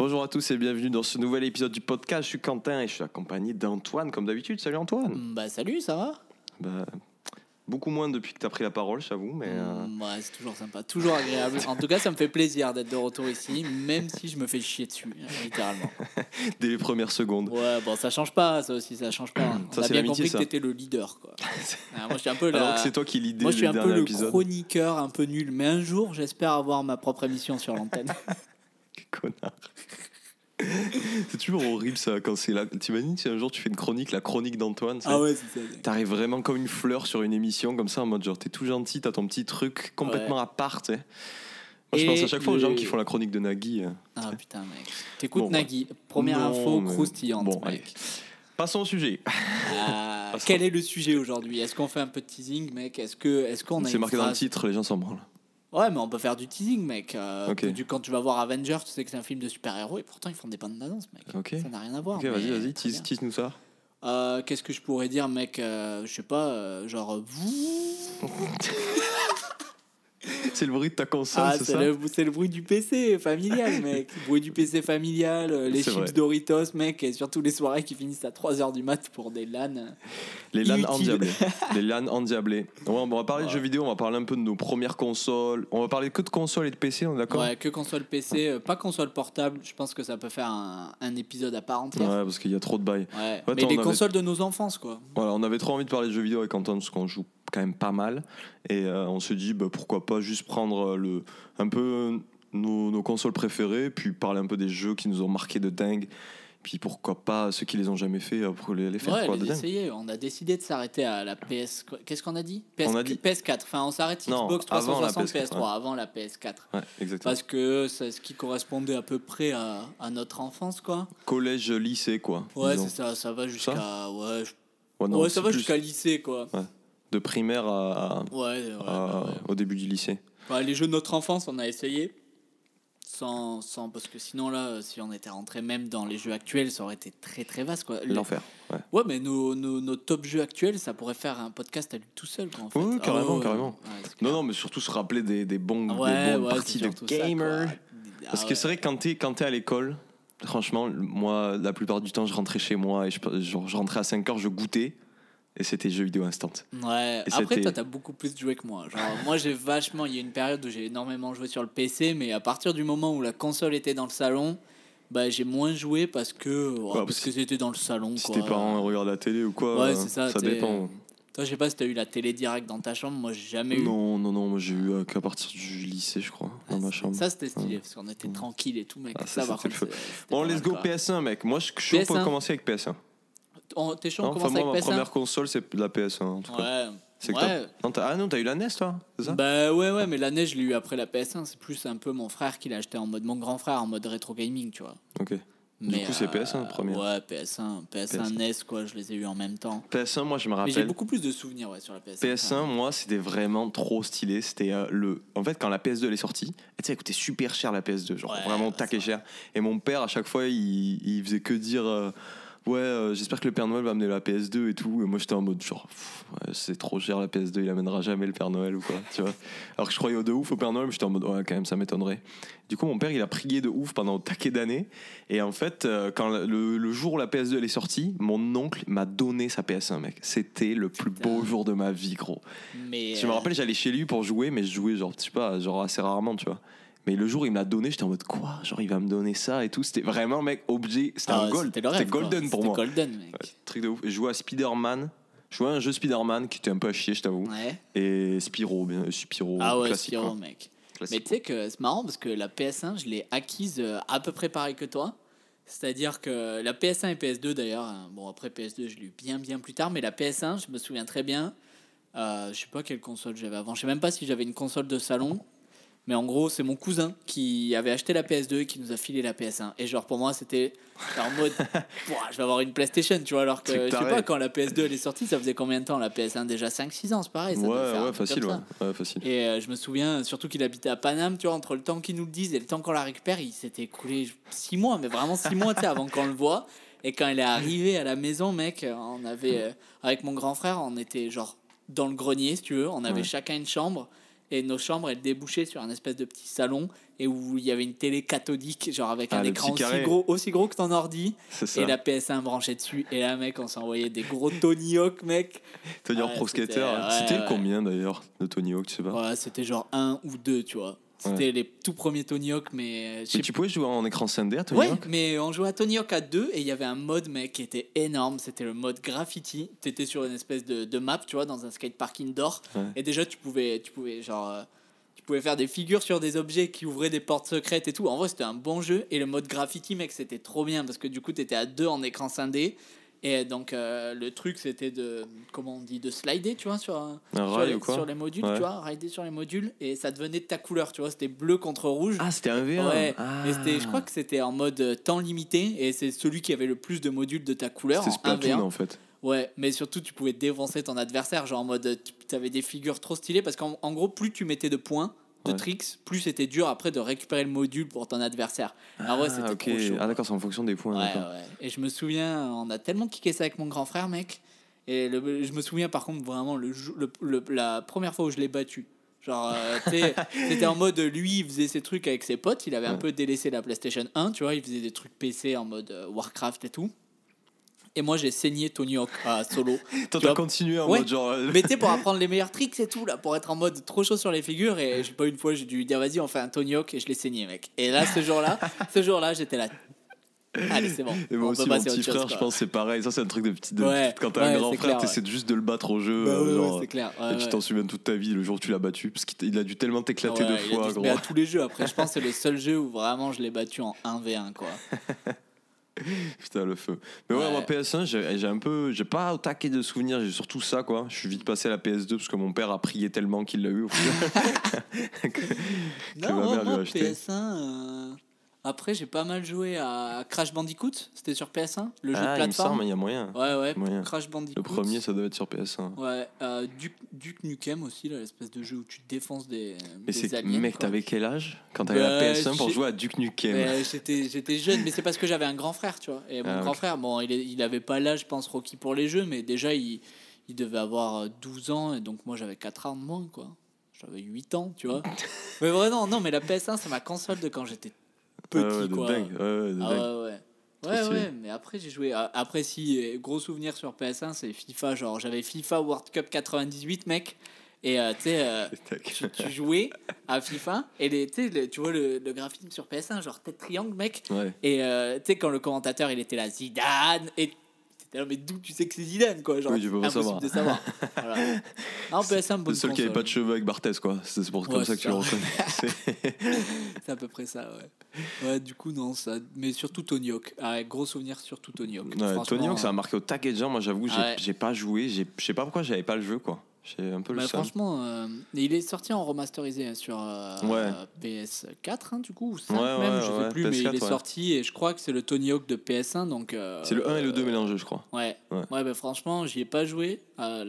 Bonjour à tous et bienvenue dans ce nouvel épisode du podcast. Je suis Quentin et je suis accompagné d'Antoine comme d'habitude. Salut Antoine. Salut, ça va? Beaucoup moins depuis que tu as pris la parole, j'avoue, mais Ouais, c'est toujours sympa, toujours agréable. En tout cas, ça me fait plaisir d'être de retour ici, même si je me fais chier dessus, littéralement. dès les premières secondes. Ouais, bon, ça change pas, ça aussi, ça change pas. Ça, On a c'est bien l'amitié, compris ça. que t'étais le leader, quoi. Moi, je suis un peu Alors que c'est toi qui lidais Moi, je suis le un peu dernier le épisode. chroniqueur un peu nul, mais un jour, j'espère avoir ma propre émission sur l'antenne. Connard. C'est toujours horrible ça quand c'est là. T'imagines si un jour tu fais une chronique, la chronique d'Antoine. Ah ouais, c'est ça. T'arrives vraiment comme une fleur sur une émission comme ça en mode genre t'es tout gentil, t'as ton petit truc complètement à part, tu sais. Moi je pense à chaque fois aux gens qui font la chronique de Nagui. Ah putain mec. T'écoutes Bon, Nagui, première info croustillante. Bon, allez. Passons au sujet. Quel est le sujet aujourd'hui? Est-ce qu'on fait un peu de teasing, mec? Est-ce qu'on a C'est une marqué dans le phrase... titre, les gens s'en branlent. Ouais, mais on peut faire du teasing, mec. Ok. Quand tu vas voir Avengers, tu sais que c'est un film de super-héros et pourtant ils font des bandes d'annonces, mec. Ok. Ça n'a rien à voir. Ok, vas-y, tease-nous ça. Qu'est-ce que je pourrais dire, mec? Je sais pas, genre... C'est le bruit de ta console, c'est ça? C'est le bruit du PC familial, mec. Le bruit du PC familial, les C'est chips vrai. Doritos, mec, et surtout les soirées qui finissent à 3h du mat pour des LAN. Les LAN Inutile. endiablés. Les LAN endiablés. Ouais, on va parler de jeux vidéo, on va parler un peu de nos premières consoles. On va parler que de consoles et de PC, on est d'accord? Ouais, que console PC, pas console portable. Je pense que ça peut faire un épisode à part entière. Ouais, parce qu'il y a trop de bails. Ouais. Ouais, Mais les on avait- consoles de nos enfances, quoi. Voilà, on avait trop envie de parler de jeux vidéo avec Antoine parce qu'on joue quand même pas mal. Et on se dit pourquoi pas juste prendre un peu nos consoles préférées, puis parler un peu des jeux qui nous ont marqué de dingue. Puis pourquoi pas ceux qui les ont jamais fait pour les faire Ouais, quoi, de les dingue. essayer. On a décidé de s'arrêter à la PS. Qu'est-ce qu'on a dit? On a dit- PS4. Enfin, on s'arrête Non, Xbox avant la 360, PS4, PS3, avant la PS4. Ouais, exactement. Parce que c'est ce qui correspondait à peu près à notre enfance, quoi. Collège, lycée, quoi. Ouais, disons. c'est ça. Ça va jusqu'à. Ouais, Ouais, non, ouais, ça c'est va plus jusqu'à lycée, quoi. de primaire Ouais. au début du lycée. Ouais, les jeux de notre enfance, on a essayé. Parce que sinon, là, si on était rentré même dans les jeux actuels, ça aurait été très très vaste, quoi. L'enfer. Ouais. Ouais, mais nos top jeux actuels, ça pourrait faire un podcast à lui tout seul, quoi, en fait. Oui, carrément, ouais, carrément. ouais, c'est clair. Non, mais surtout se rappeler des bonnes Ouais, parties c'est de surtout ça, gamer. quoi. Parce que c'est vrai que quand t'es à l'école, franchement, moi, la plupart du temps, je rentrais chez moi et je rentrais à 5h, je goûtais et c'était jeux vidéo instant. Ouais, Et après, c'était- toi, t'as beaucoup plus joué que moi. Genre, moi, il y a une période où j'ai énormément joué sur le PC, mais à partir du moment où la console était dans le salon, bah, j'ai moins joué parce que c'était dans le salon, Si quoi. tes parents regardent la télé ou quoi, Ouais, c'est ça. ça dépend. Toi, je sais pas si t'as eu la télé direct dans ta chambre, moi, j'ai jamais eu. Non, moi j'ai eu qu'à partir du lycée, je crois, dans ma chambre. Ça, c'était stylé, parce qu'on était tranquille et tout, mec. Ah, ça, par c'était le contre, feu. c'était Bon, pas let's mal, go quoi. PS1, mec. Moi, je suis chaud pour PS1. commencer avec PS1. T'es chaud, on Enfin, commence moi, avec ma PS1? première console, c'est la PS1, en tout cas. Ouais. C'est que Ouais. t'as eu la NES, toi, c'est ça? Bah ouais, mais la NES, je l'ai eu après la PS1. C'est plus un peu mon frère qui l'a acheté en mode, mon grand frère en mode rétro gaming, tu vois. Ok. Mais, Du coup, c'est PS1 le premier. Ouais, PS1 NES, quoi, je les ai eu en même temps. PS1, moi, je me Mais j'ai rappelle. beaucoup plus de souvenirs, ouais, sur la PS1. PS1, moi, c'était vraiment trop stylé. C'était En fait, quand la PS2 elle est sortie, tu sais, elle coûtait super cher la PS2, genre Ouais, vraiment ouais, taqué c'est cher. Et mon père, à chaque fois, il faisait que dire j'espère que le Père Noël va amener la PS2 et tout. Et moi, j'étais en mode genre ouais, c'est trop cher la PS2, il amènera jamais le Père Noël ou quoi, tu vois. Alors que je croyais de ouf au Père Noël, mais j'étais en mode ouais, quand même, ça m'étonnerait. Du coup, mon père, il a prié de ouf pendant un taquet d'années. Et en fait, quand le jour où la PS2 elle est sortie, mon oncle m'a donné sa PS1, mec. C'était le plus beau jour de ma vie, gros. Mais, Je me rappelle, j'allais chez lui pour jouer, mais je jouais genre, je sais pas, genre assez rarement, tu vois. Mais le jour où il me l'a donné, j'étais en mode quoi? Genre, il va me donner ça et tout. C'était vraiment, mec, objet. C'était un gold. C'était le rêve, C'était golden quoi. pour moi. C'était golden, mec. Ouais, truc de ouf. Je jouais à Spider-Man. Je jouais à un jeu Spider-Man qui était un peu à chier, je t'avoue. Ouais. Et Spyro, Ah ouais, classique. Spyro, quoi. mec. Classique. Mais tu sais que c'est marrant parce que la PS1, je l'ai acquise à peu près pareil que toi. C'est-à-dire que la PS1 et PS2 d'ailleurs, bon après PS2 je l'ai eu bien plus tard, mais la PS1, je me souviens très bien, je sais pas quelle console j'avais avant, je sais même pas si j'avais une console de salon, mais en gros c'est mon cousin qui avait acheté la PS2 et qui nous a filé la PS1. Et genre pour moi c'était en mode, Pouah, je vais avoir une PlayStation, tu vois, alors que je sais pas, quand la PS2 elle est sortie, ça faisait combien de temps la PS1? Déjà 5-6 ans, c'est pareil. Ça devait faire un Ouais, truc facile, comme ça. ouais, facile. Et je me souviens surtout qu'il habitait à Paname, tu vois, entre le temps qu'ils nous le disent et le temps qu'on la récupère, il s'était écoulé 6 mois, mais vraiment 6 mois, tu sais, avant qu'on le voit. Et quand elle est arrivée à la maison, mec, on avait, avec mon grand frère, on était genre dans le grenier, si tu veux, on avait chacun une chambre. et nos chambres, elles débouchaient sur un espèce de petit salon et où il y avait une télé cathodique, genre avec un le écran petit carré. aussi gros que ton ordi, C'est ça. et la PS1 branchée dessus. Et là, mec, on s'envoyait des gros Tony Hawk, mec. Tony Hawk Ouais, Pro c'était- Skater. C'était ouais. combien d'ailleurs de Tony Hawk, tu sais pas? Ouais, c'était genre 1 ou 2, tu vois. C'était les tout premiers Tony Hawk, mais... Mais tu pouvais jouer en écran scindé à Tony Ouais, Hawk? mais on jouait à Tony Hawk à 2 et il y avait un mode, mec, qui était énorme. C'était le mode graffiti. T'étais sur une espèce de map, tu vois, dans un skatepark indoor. Ouais. Et déjà, tu pouvais genre... tu pouvais faire des figures sur des objets qui ouvraient des portes secrètes et tout. En vrai, c'était un bon jeu. Et le mode graffiti, mec, c'était trop bien parce que du coup, t'étais à 2 en écran scindé. Et donc, le truc, c'était de... Comment on dit? De slider, tu vois, sur rail ou quoi? sur les modules, Ouais. tu vois. Rider sur les modules. Et ça devenait de ta couleur, tu vois. C'était bleu contre rouge. Ah, c'était un V1. Ouais, Ah. et c'était, je crois que c'était en mode temps limité et c'est celui qui avait le plus de modules de ta couleur C'était en Splatoon 1v1. en fait. Ouais, mais surtout tu pouvais défoncer ton adversaire, genre en mode tu avais des figures trop stylées parce qu'en gros plus tu mettais de points, de Ouais. tricks, plus c'était dur après de récupérer le module pour ton adversaire. Alors ouais, c'était ok. trop chaud. Ah d'accord, c'est en fonction des points. Ouais, d'accord. ouais. Et je me souviens, on a tellement kické ça avec mon grand frère, mec. Et je me souviens par contre vraiment la première fois où je l'ai battu. Genre, tu sais, c'était en mode, lui, il faisait ses trucs avec ses potes, il avait un peu délaissé la PlayStation 1, tu vois, il faisait des trucs PC en mode Warcraft et tout. Et moi, j'ai saigné Tony Hawk solo. Toi, Tu t'as vois, continué en ouais. mode genre. Mais tu sais, pour apprendre les meilleurs tricks et tout, là, pour être en mode trop chaud sur les figures. Et je sais pas, une fois, j'ai dû lui dire, vas-y, on fait un Tony Hawk, et je l'ai saigné, mec. Et là, ce jour-là, j'étais là. Allez, c'est bon. Et moi on aussi, peut mon passer à petit autre chose, frère, quoi. je pense, c'est pareil. Ça, c'est un truc de petit. Ouais, Quand t'as un ouais, grand c'est frère, clair, t'essaies juste de le battre au jeu. Bah ouais, genre, c'est clair. et tu t'en souviens toute ta vie le jour où tu l'as battu. Parce qu'il a dû tellement t'éclater de fois, gros. Mais à tous les jeux, après, je pense que c'est le seul jeu où vraiment je l'ai battu en 1v1, quoi. Putain, le feu. Mais ouais, Ouais. moi, PS1, j'ai pas au taquet de souvenirs, j'ai surtout ça, quoi. Je suis vite passé à la PS2 parce que mon père a prié tellement qu'il l'a eu au final. Que ma mère lui a moi, acheté. PS1. Après, j'ai pas mal joué à Crash Bandicoot. C'était sur PS1, le jeu de Ah, il me plateforme. semble, il y a moyen. Ouais, Moyen. Crash Bandicoot. Le premier, ça doit être sur PS1. Ouais, Duke Nukem aussi, là, l'espèce de jeu où tu défonces des Mais c'est aliens. mec, quoi. t'avais quel âge quand t'avais la Bah, PS1 pour j'ai- jouer à Duke Nukem? J'étais jeune, mais c'est parce que j'avais un grand frère, tu vois. Et mon Ah, grand ok. frère, bon, il avait pas l'âge, je pense, requis pour les jeux, mais déjà, il devait avoir 12 ans, et donc moi, j'avais 4 ans de moins, quoi. J'avais 8 ans, tu vois. Mais vraiment, non, mais la PS1, c'est ma console de quand j'étais petit, Ouais, de quoi. dingue. Ouais, de Ah dingue. ouais. Trop Ouais, stylé. ouais, mais après j'ai joué. Après, si, gros souvenir sur PS1, c'est FIFA. Genre, j'avais FIFA World Cup 98, mec. Et tu sais, tu jouais à FIFA. Et tu vois le graphisme sur PS1, genre tête triangle, mec. Ouais. Et tu sais, quand le commentateur il était là, Zidane. Et t'étais là, mais d'où tu sais que c'est Zidane, quoi? Genre, Oui, je peux pas impossible de savoir. Voilà. Non, PS1, bonne Le seul qui avait console. pas de cheveux avec Barthez, quoi. C'est pour comme Ouais, ça que c'est tu le ça. reconnais. C'est à peu près ça, ouais. Ouais, du coup, non, ça. Mais surtout Tony Hawk. Ah, gros souvenir surtout Tony Hawk. Ouais, Franchement, Tony Hawk, ça a marqué au taquet de gens. Moi, j'avoue, Ah ouais. j'ai pas joué. Je sais pas pourquoi j'avais pas le jeu, quoi. J'ai un peu le bah, seum. franchement, il est sorti en remasterisé hein, sur Ouais. PS4, hein, du coup, ou 5 Ouais, même, ouais, je sais ouais, plus, mais il PS4, est ouais. sorti et je crois que c'est le Tony Hawk de PS1. Donc, C'est le 1 et le 2 mélangés, je crois. Ouais, Ouais. bah, franchement, j'y ai pas joué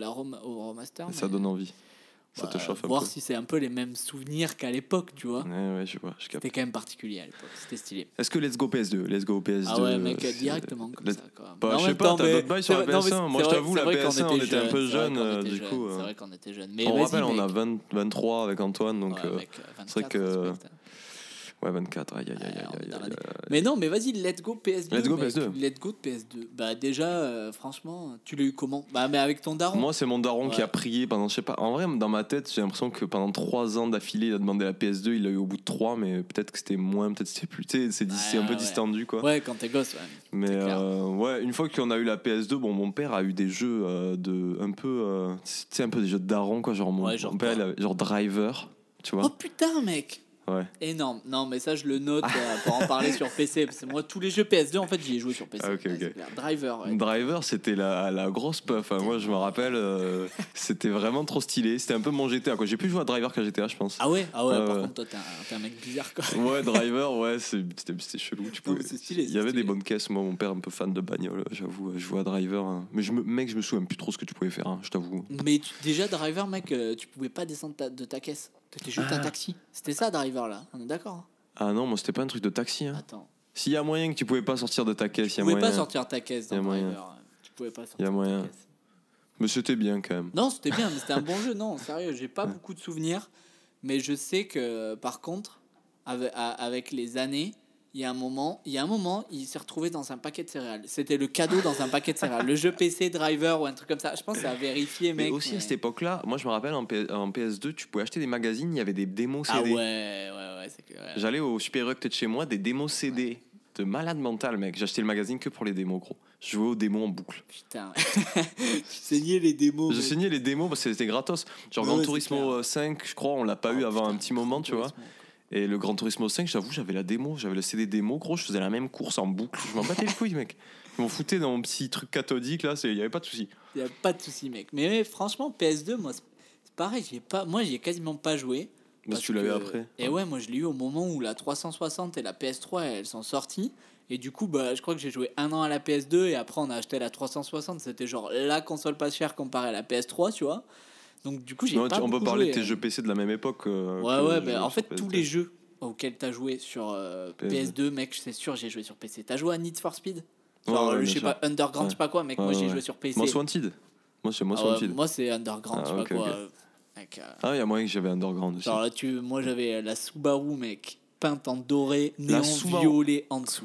au remaster. Ça mais, donne envie. Ça te chauffe un voir peu. si c'est un peu les mêmes souvenirs qu'à l'époque, tu vois. Ouais, je vois, je capte. C'était quand même particulier à l'époque, c'était stylé. Est-ce que Let's Go PS2? Let's Go PS2. Ah ouais, mec, c'est- directement comme Let's- ça. Quoi. Bah, Mais en je sais même pas, temps, t'as mais- d'autres bails sur la c'est vrai- non, mais PS1. Moi, c'est je t'avoue, la vrai qu'on PS1, on était un peu c'est vrai jeunes, qu'on était du jeunes, coup. C'est vrai qu'on était jeunes. Mais On vas-y, rappelle, on a mec. 23 avec Antoine, donc. Ouais, mec, c'est vrai 24, que. respecte. Ouais, 24. Aïe, aïe, Ouais, aïe, on est aïe, dans aïe, l'année. aïe. Mais non, mais vas-y, let's go PS2. Let's go mec. PS2. Let's go de PS2. Bah déjà, franchement, tu l'as eu comment? Bah mais avec ton daron. Moi, c'est mon daron qui Ouais. a prié pendant, je sais pas, en vrai, dans ma tête, j'ai l'impression que pendant 3 ans d'affilée, il a demandé la PS2, il l'a eu au bout de 3, mais peut-être que c'était moins, peut-être que c'était plus, tu sais, c'est un peu Ouais. distendu, quoi. Ouais, quand t'es gosse, ouais. Mais c'est clair. ouais, une fois qu'on a eu la PS2, bon, mon père a eu des jeux de un peu, tu sais, un peu des jeux de daron, quoi, genre Ouais, genre mon père, quoi il avait, genre Driver, tu Oh vois. putain, mec! Ouais. Énorme. Non, mais ça, je le note pour en parler sur PC. Parce que moi, tous les jeux PS2, en fait, j'y ai joué sur PC. Ah, ok, Ouais, ok. c'est clair. Driver, ouais. Driver, c'était la grosse puff. Hein. Moi, je me rappelle, c'était vraiment trop stylé. C'était un peu mon GTA, quoi. J'ai plus joué à Driver qu'à GTA, je pense. Ah ouais, par ouais. contre, toi, t'es un mec bizarre, quoi. Ouais, Driver, ouais, c'était chelou. Tu Non, pouvais... mais c'est stylé, Il y c'est avait stylé. des bonnes caisses. Moi, mon père, un peu fan de bagnole, j'avoue. Je jouais à Driver. Hein. Mais mec, je me souviens plus trop ce que tu pouvais faire, hein, je t'avoue. Mais déjà, Driver, mec, tu pouvais pas descendre de ta caisse. T'étais juste un taxi. C'était ça, Driver, là. On est d'accord hein? Ah non, moi, c'était pas un truc de taxi. Hein. Attends. S'il y a moyen que tu pouvais pas sortir de ta caisse, il y Tu a pouvais moyen. pas sortir ta caisse Y a dans moyen. Driver. Tu pouvais pas sortir Y a moyen. ta caisse. Mais c'était bien quand même. Non, c'était bien, mais c'était un bon jeu. Non, sérieux, j'ai pas beaucoup de souvenirs. mais je sais que par contre, avec les années, il y a un moment, il s'est retrouvé dans un paquet de céréales. C'était le cadeau dans un paquet de céréales. Le jeu PC Driver ou un truc comme ça. Je pense que c'est à vérifier, Mais mec. aussi à cette époque-là, moi je me rappelle en PS2, tu pouvais acheter des magazines, il y avait des démos CD. Ah ouais, c'est que. Ouais. J'allais au Super à côté de chez moi, des démos CD. De malade mental, mec. J'achetais le magazine que pour les démos, gros. Je jouais aux démos en boucle. Putain, tu saignais les démos. Je saignais les démos parce que c'était gratos. Genre Gran Turismo 5, je crois, on l'a pas eu avant un petit moment, tu vois. Et le Gran Turismo 5, j'avoue, j'avais la démo, j'avais le CD démo, gros, je faisais la même course en boucle. Je m'en battais les couilles, mec. Ils m'ont fouté dans mon petit truc cathodique, là, il y avait pas de souci. Il y a pas de souci, mec. Mais franchement, PS2, moi, c'est pareil, moi, j'y ai quasiment pas joué. Parce que tu l'avais après. Et ouais, moi, je l'ai eu au moment où la 360 et la PS3, elles sont sorties. Et du coup, bah, je crois que j'ai joué 1 an à la PS2 et après, on a acheté la 360. C'était genre la console pas chère comparée à la PS3, tu vois. Donc, du coup, j'ai pas On peut beaucoup parler joué, de tes jeux PC de la même époque. ouais, bah, en fait, tous les jeux auxquels t'as joué sur PS2, mec, c'est sûr, j'ai joué sur PC. T'as joué à Need for Speed? Genre, je sais pas, Underground, je sais pas quoi, mec, moi, j'ai joué sur PC. Most Wanted. Moi, c'est Most Wanted. Moi, c'est Underground, je sais pas quoi. Mec, il y a moyen que j'avais Underground aussi. Genre là, moi, j'avais la Subaru, mec, peinte en doré, néon violet en dessous.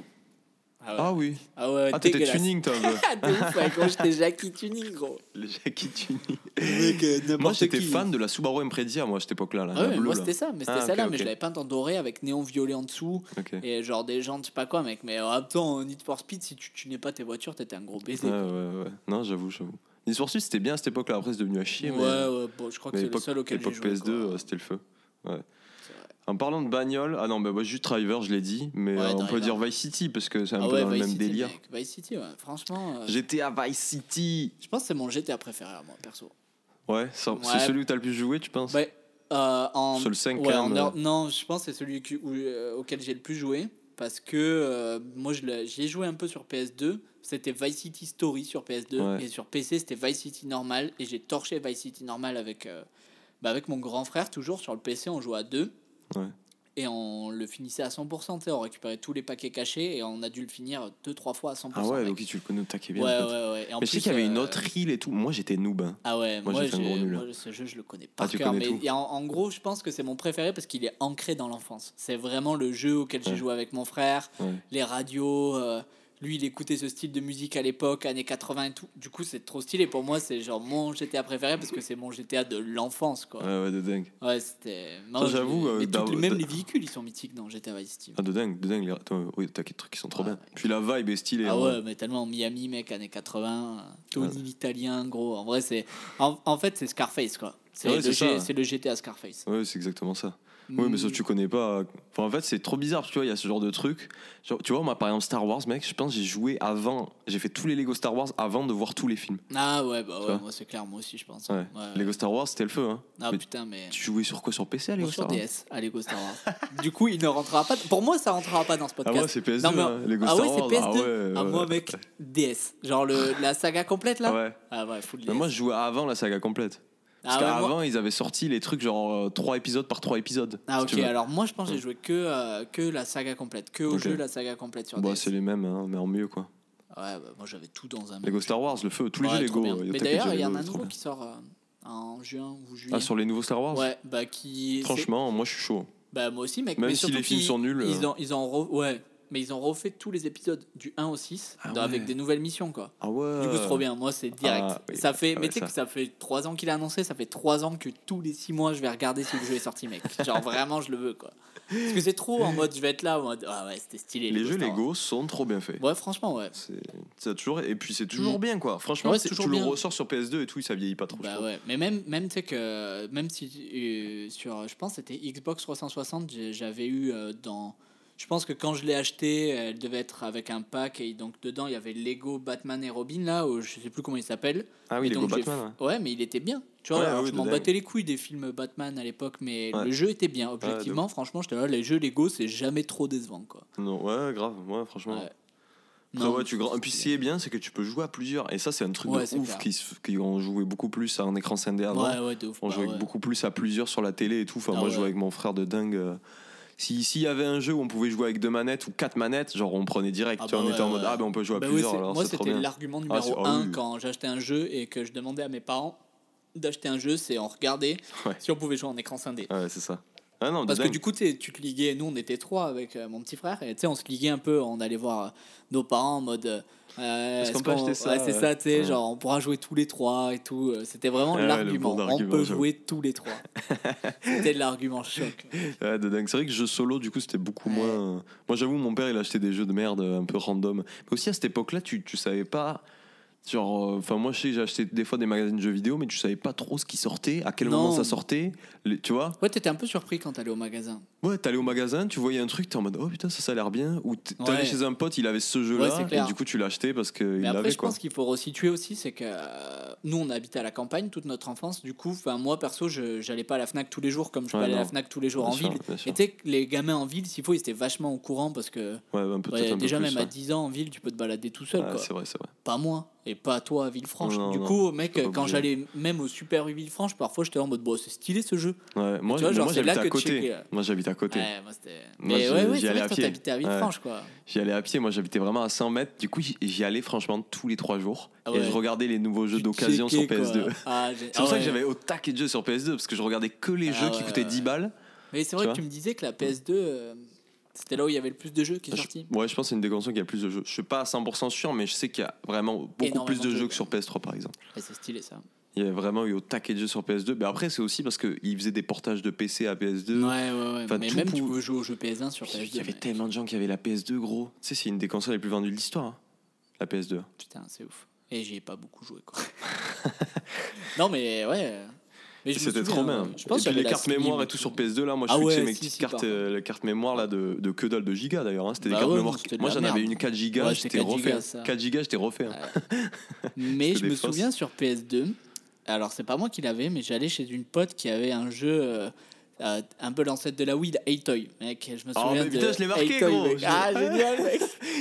Ah oui. T'étais tuning, toi. De ouf, ouais, gros, j'étais Jackie Tuning, gros. Le Jackie Tuning. Mec, moi, j'étais fan de la Subaru Impreza, moi, à cette époque-là. Là, ouais, moi, c'était ça. Mais c'était celle-là, mais je l'avais peinte en doré avec néon violet en dessous. Et genre des jantes, je sais pas quoi, mec. Mais en même temps, Need for Speed, si tu n'es pas tes voitures, t'étais un gros baiser. Ouais. Non, j'avoue. Need for Speed, c'était bien à cette époque-là. Après, c'est devenu à chier. Ouais, bon, je crois que c'est le seul auquel j'ai joué. L'époque PS2, c'était le feu. Ouais. En parlant de bagnole, moi juste Driver, je l'ai dit, mais on peut dire Vice City parce que c'est un peu dans le même délire. Mec. Vice City, ouais, franchement. GTA Vice City. Je pense que c'est mon GTA préféré, moi, perso. Ouais, c'est celui où t'as le plus joué, tu penses? Ouais. Sur le 5 non, je pense que c'est celui auquel j'ai le plus joué parce que moi j'y ai joué un peu sur PS2. C'était Vice City Story sur PS2 et sur PC c'était Vice City normal et j'ai torché Vice City normal avec mon grand frère. Toujours sur le PC, on jouait à 2. Ouais. Et on le finissait à 100%, on récupérait tous les paquets cachés et on a dû le finir 2-3 fois à 100%. Ah ouais, donc tu le connais au taquet bien. Ouais. Et mais je sais qu'il y avait une autre île et tout. Moi j'étais noob. Hein. Ah ouais, moi ce jeu je le connais par cœur. Mais en gros, je pense que c'est mon préféré parce qu'il est ancré dans l'enfance. C'est vraiment le jeu auquel j'ai joué avec mon frère, les radios. Lui, il écoutait ce style de musique à l'époque, années 80 et tout. Du coup, c'est trop stylé. Pour moi, c'est genre mon GTA préféré parce que c'est mon GTA de l'enfance, quoi. Ouais, de dingue. Ouais, c'était. Ça, j'avoue. Même les véhicules, ils sont mythiques dans GTA Vice City. Ah, de dingue. Oui, t'as des trucs qui sont trop bien. Puis la vibe est stylée. Ah ouais, mais tellement Miami, mec, années 80. Tony l'italien, gros. En vrai, c'est. En fait, c'est Scarface, quoi. C'est le GTA Scarface. Ouais, c'est exactement ça. Oui, mais ça, tu connais pas. Enfin, en fait, c'est trop bizarre, tu vois, il y a ce genre de truc. Genre, tu vois, moi, par exemple, Star Wars, mec, je pense que j'ai joué avant. J'ai fait tous les Lego Star Wars avant de voir tous les films. Ah ouais, moi, c'est clair, moi aussi, je pense. Ouais. Lego Star Wars, c'était le feu, hein. Ah putain, mais. Tu jouais sur quoi? Sur PC à Lego Star Wars? Sur DS, à Lego Star Wars. Du coup, il ne rentrera pas. Pour moi, ça rentrera pas dans ce podcast. Ah, moi, c'est PS2. Non, mais... Lego Star Wars. C'est PS2. Moi, mec, DS. Genre la saga complète, là? Ouais. Ah ouais, full DS. Mais moi, je jouais avant la saga complète. Parce qu'avant, ils avaient sorti les trucs genre 3 épisodes par 3 épisodes. Ah ok, alors moi je pense que j'ai joué que la saga complète, au jeu la saga complète sur DS. C'est les mêmes, hein, mais en mieux quoi. Ouais, moi j'avais tout dans un. Lego Star Wars, le feu, tous les jeux Lego. Mais d'ailleurs, il y en a un nouveau qui sort en juin ou juillet. Ah, sur les nouveaux Star Wars? Ouais, qui. Franchement, moi je suis chaud. Bah moi aussi, mec. Même mais si les films sont nuls. Mais ils ont refait tous les épisodes du 1 au 6 avec des nouvelles missions, quoi. Ah ouais. Du coup, c'est trop bien. Moi, c'est direct. Ça fait, mais tu sais que ça fait 3 ans qu'il a annoncé. Ça fait 3 ans que tous les 6 mois, je vais regarder si le jeu est sorti, mec. Genre, vraiment, je le veux, quoi. Parce que c'est trop en mode, je vais être là, en mode, ah ouais, c'était stylé. Les jeux Lego sont trop bien faits. Ouais, franchement, ouais. Ça toujours, et puis c'est toujours bien, quoi. Franchement, ouais, tu bien. le ressors sur PS2 et tout, ça vieillit pas trop. Bah ouais. Mais même tu sais que, même si sur, je pense que c'était Xbox 360, j'avais eu dans. Je pense que quand je l'ai acheté, elle devait être avec un pack et donc dedans il y avait Lego Batman et Robin là, je sais plus comment il s'appelle. Ah oui, Lego Batman. Ouais, mais il était bien. Tu vois, je m'en battais les couilles des films Batman à l'époque, mais le jeu était bien. Objectivement, franchement, j'étais là, les jeux Lego c'est jamais trop décevant, quoi. Non, ouais, grave, ouais, franchement. Ouais. Après, et puis ce qui est bien, c'est que tu peux jouer à plusieurs. Et ça, c'est un truc de ouf qui ont joué beaucoup plus à un écran scindé avant. Ouais, de ouf. On jouait beaucoup plus à plusieurs sur la télé et tout. Enfin, moi, je jouais avec mon frère de dingue. S'il y avait un jeu où on pouvait jouer avec 2 manettes ou 4 manettes, genre on prenait direct. On était en mode on peut jouer à plusieurs. Alors moi, c'était l'argument numéro 1 quand j'achetais un jeu et que je demandais à mes parents d'acheter un jeu, c'est on regardait si on pouvait jouer en écran scindé. Ouais, c'est ça. Ah non, Parce que du coup, tu te liguais, nous on était 3 avec mon petit frère, et on se liguait un peu, on allait voir nos parents en mode. Est-ce qu'on peut acheter ça Ouais, c'est ça, tu sais, genre on pourra jouer tous les 3 et tout. C'était vraiment l'argument. On peut jouer tous les 3. C'était l'argument choc. Ouais, de dingue. C'est vrai que jeu solo, du coup, c'était beaucoup moins. Moi, j'avoue, mon père, il achetait des jeux de merde un peu random. Mais aussi à cette époque-là, tu savais pas. Genre, enfin, moi, je sais que j'ai acheté des fois des magazines de jeux vidéo, mais tu savais pas trop ce qui sortait, à quel moment ça sortait. Tu vois? Ouais, t'étais un peu surpris quand t'allais au magasin. Ouais, t'allais au magasin, tu voyais un truc, t'es en mode oh putain, ça a l'air bien. Ou t'allais chez un pote, il avait ce jeu-là, et du coup, tu l'as acheté parce qu'il l'avait. Mais après, je quoi. pense qu'il faut resituer aussi, c'est que nous, on habitait à la campagne toute notre enfance. Du coup, moi, perso, j'allais pas à la Fnac tous les jours comme je peux aller à la Fnac tous les jours en ville. Et tu sais que les gamins en ville, s'il faut, ils étaient vachement au courant parce que déjà, même à 10 ans en ville, tu peux te balader tout seul. Quoi. C'est vrai. Pas moi. Et pas toi à Villefranche. Du coup, mec, quand j'allais même au Super U Villefranche, parfois j'étais en mode bon, c'est stylé ce jeu. Ouais, moi, j'habite à côté. Moi, j'habite à côté. Mais ouais, c'est vrai que toi, t'habitais à Villefranche, quoi. J'y allais à pied. Moi, j'habitais vraiment à 100 mètres. Du coup, j'y allais franchement tous les 3 jours. Et je regardais les nouveaux jeux d'occasion sur PS2. C'est pour ça que j'avais au taquet de jeux sur PS2 parce que je regardais que les jeux qui coûtaient 10 balles. Mais c'est vrai que tu me disais que la PS2. C'était là où il y avait le plus de jeux qui sont sortis. Ouais, je pense que c'est une des consoles qui a le plus de jeux. Je suis pas à 100% sûr, mais je sais qu'il y a vraiment beaucoup plus de jeux que sur PS3 par exemple. Ouais, c'est stylé ça. Il y a vraiment eu au taquet de jeux sur PS2. Mais après, c'est aussi parce qu'ils faisaient des portages de PC à PS2. Ouais. Enfin, mais même tu pouvais jouer aux jeux PS1 sur PS2. Il y avait tellement de gens qui avaient la PS2, gros. Tu sais, c'est une des consoles les plus vendues de l'histoire, hein, la PS2. Putain, c'est ouf. Et j'y ai pas beaucoup joué, quoi. Non, mais ouais. Mais c'était trop bien. Je pense et puis les cartes mémoire et tout sur PS2 là, moi je fixais mes petites cartes, les cartes mémoire là de que dalle de gigas d'ailleurs. Hein. C'était des cartes mémoire. Moi j'en avais une 4 gigas, j'étais refait. 4 gigas, j'étais refait. Hein. Mais je me souviens sur PS2. Alors c'est pas moi qui l'avais, mais j'allais chez une pote qui avait un jeu un peu l'ancêtre de la Wii, Atoy. Mec, je me souviens mais putain, je l'ai marqué, gros. Ah génial, mec.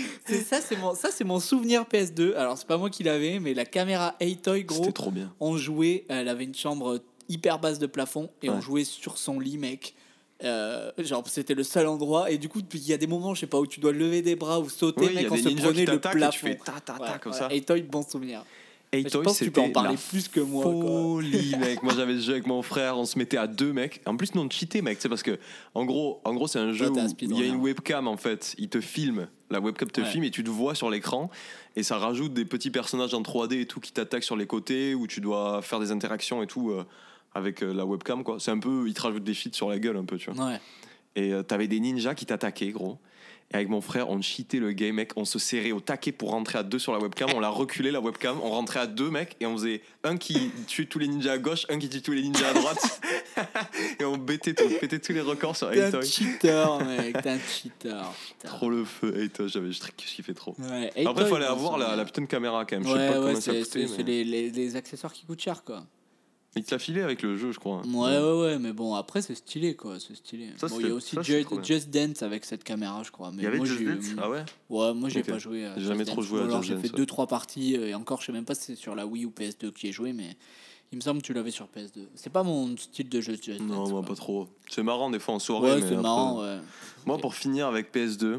C'est mon souvenir PS2. Alors c'est pas moi qui l'avais, mais la caméra Atoy, gros. C'était trop bien. On jouait, elle avait une chambre hyper basse de plafond et on jouait sur son lit, mec. Genre c'était le seul endroit et du coup il y a des moments je sais pas où tu dois lever des bras ou sauter, mec, on se prenait le plafond. Tu fais ta comme ça. Atoy, bon souvenir. Atoy, je pense que tu peux en parler plus que moi. Folie, mec. Moi j'avais ce jeu avec mon frère, on se mettait à 2, mec. En plus nous on cheatait, mec. C'est parce que en gros c'est un jeu où il y a une webcam en fait. Il te filme, la webcam te filme et tu te vois sur l'écran. Et ça rajoute des petits personnages en 3D et tout qui t'attaquent sur les côtés où tu dois faire des interactions et tout. Avec la webcam, quoi. C'est un peu, ils te rajoutent des cheats sur la gueule un peu, tu vois. Ouais. Et t'avais des ninjas qui t'attaquaient, gros. Et avec mon frère, on cheatait le game, mec. On se serrait au taquet pour rentrer à 2 sur la webcam. On l'a reculé, la webcam. On rentrait à 2, mec. Et on faisait un qui tue tous les ninjas à gauche, un qui tue tous les ninjas à droite. Et on pétait tous les records sur Atoy. T'es un cheater, mec. T'es un cheater. Putain. Trop le feu, Atoy. Je kiffais trop. Ouais, après, il fallait avoir la putain de caméra, quand même. Je sais pas comment ça coûtait. C'est les accessoires qui coûtent cher, quoi. Il te l'a filé avec le jeu, je crois. Ouais, mais bon, après, c'est stylé, quoi. C'est stylé. Il y a aussi Just Dance avec cette caméra, je crois. Mais il y avait Just Dance. Ah ouais? Ouais, moi, j'ai pas joué. J'ai jamais trop joué à Just Dance. J'ai fait 2-3 parties, et encore, je sais même pas si c'est sur la Wii ou PS2 que j'ai joué, mais il me semble que tu l'avais sur PS2. C'est pas mon style de jeu, Just Dance. Non, moi, pas trop. C'est marrant, des fois, en soirée. Ouais, c'est marrant, ouais. Moi, pour finir avec PS2,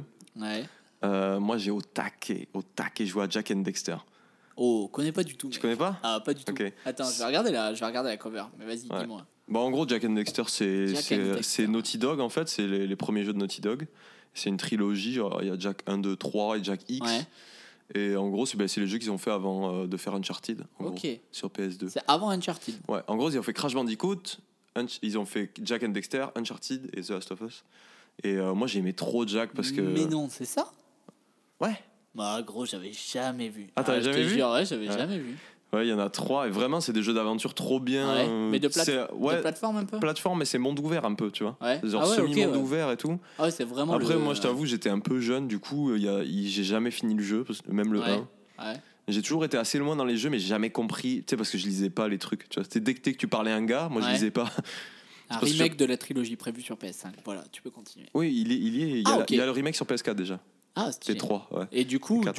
moi, j'ai au taquet joué à Jak and Dexter. Oh, connais pas du tout. Tu connais pas? Ah, pas du tout. Okay. Attends, je vais regarder la cover. Mais vas-y, dis-moi. Bon, en gros, Jak and Dexter, c'est Naughty Dog, en fait. C'est les premiers jeux de Naughty Dog. C'est une trilogie. Genre, il y a Jak 1, 2, 3 et Jak X. Ouais. Et en gros, c'est les jeux qu'ils ont fait avant de faire Uncharted. Gros, sur PS2. C'est avant Uncharted. Ouais, en gros, ils ont fait Crash Bandicoot, ils ont fait Jak and Dexter, Uncharted et The Last of Us. Et moi, j'aimais trop Jak parce que. Mais non, c'est ça? Ouais. Bah gros, j'avais jamais vu. Ah, t'avais jamais vu? Ouais, j'avais jamais vu. Ouais, il y en a 3 et vraiment c'est des jeux d'aventure trop bien. Ouais. Mais de plateforme un peu. Plateforme, mais c'est monde ouvert un peu, tu vois. Ouais. Genre semi-monde ouvert et tout. Ah ouais, c'est vraiment. Après, moi, je t'avoue, j'étais un peu jeune, du coup, j'ai jamais fini le jeu, même le 1. Ouais. J'ai toujours été assez loin dans les jeux, mais j'ai jamais compris, tu sais, parce que je lisais pas les trucs. Tu vois, dès que tu parlais à un gars, moi je lisais pas. Un remake de la trilogie prévue sur PS5. Voilà, tu peux continuer. Oui, il y a le remake sur PS4 déjà. Ah, c'était 3, ouais. Et du coup,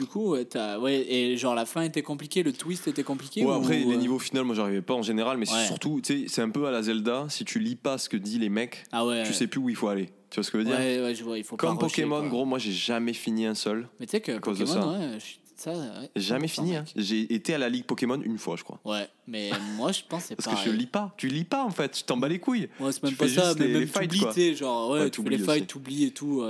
et genre la fin était compliquée, le twist était compliqué. Ouais, après les niveaux finaux, moi j'arrivais pas en général, mais surtout, tu sais, c'est un peu à la Zelda. Si tu lis pas ce que disent les mecs, tu sais plus où il faut aller. Tu vois ce que je veux dire? Ouais, je vois. Il faut comme pas Pokémon, rusher, gros, moi j'ai jamais fini un seul. Mais tu sais que Pokémon, Ça, ouais, Jamais 100%, fini. Hein. mec. J'ai été à la Ligue Pokémon une fois, je crois. Ouais, mais moi je pense que c'est Parce pareil. que je lis pas. Tu lis pas en fait. Tu t'en bats les couilles. Ouais, c'est Tu même pas fais ça, juste mais les même fights, t'oublies, quoi. tu sais, genre, ouais, Ouais, tu fais les t'oublies fights, aussi. t'oublies et tout.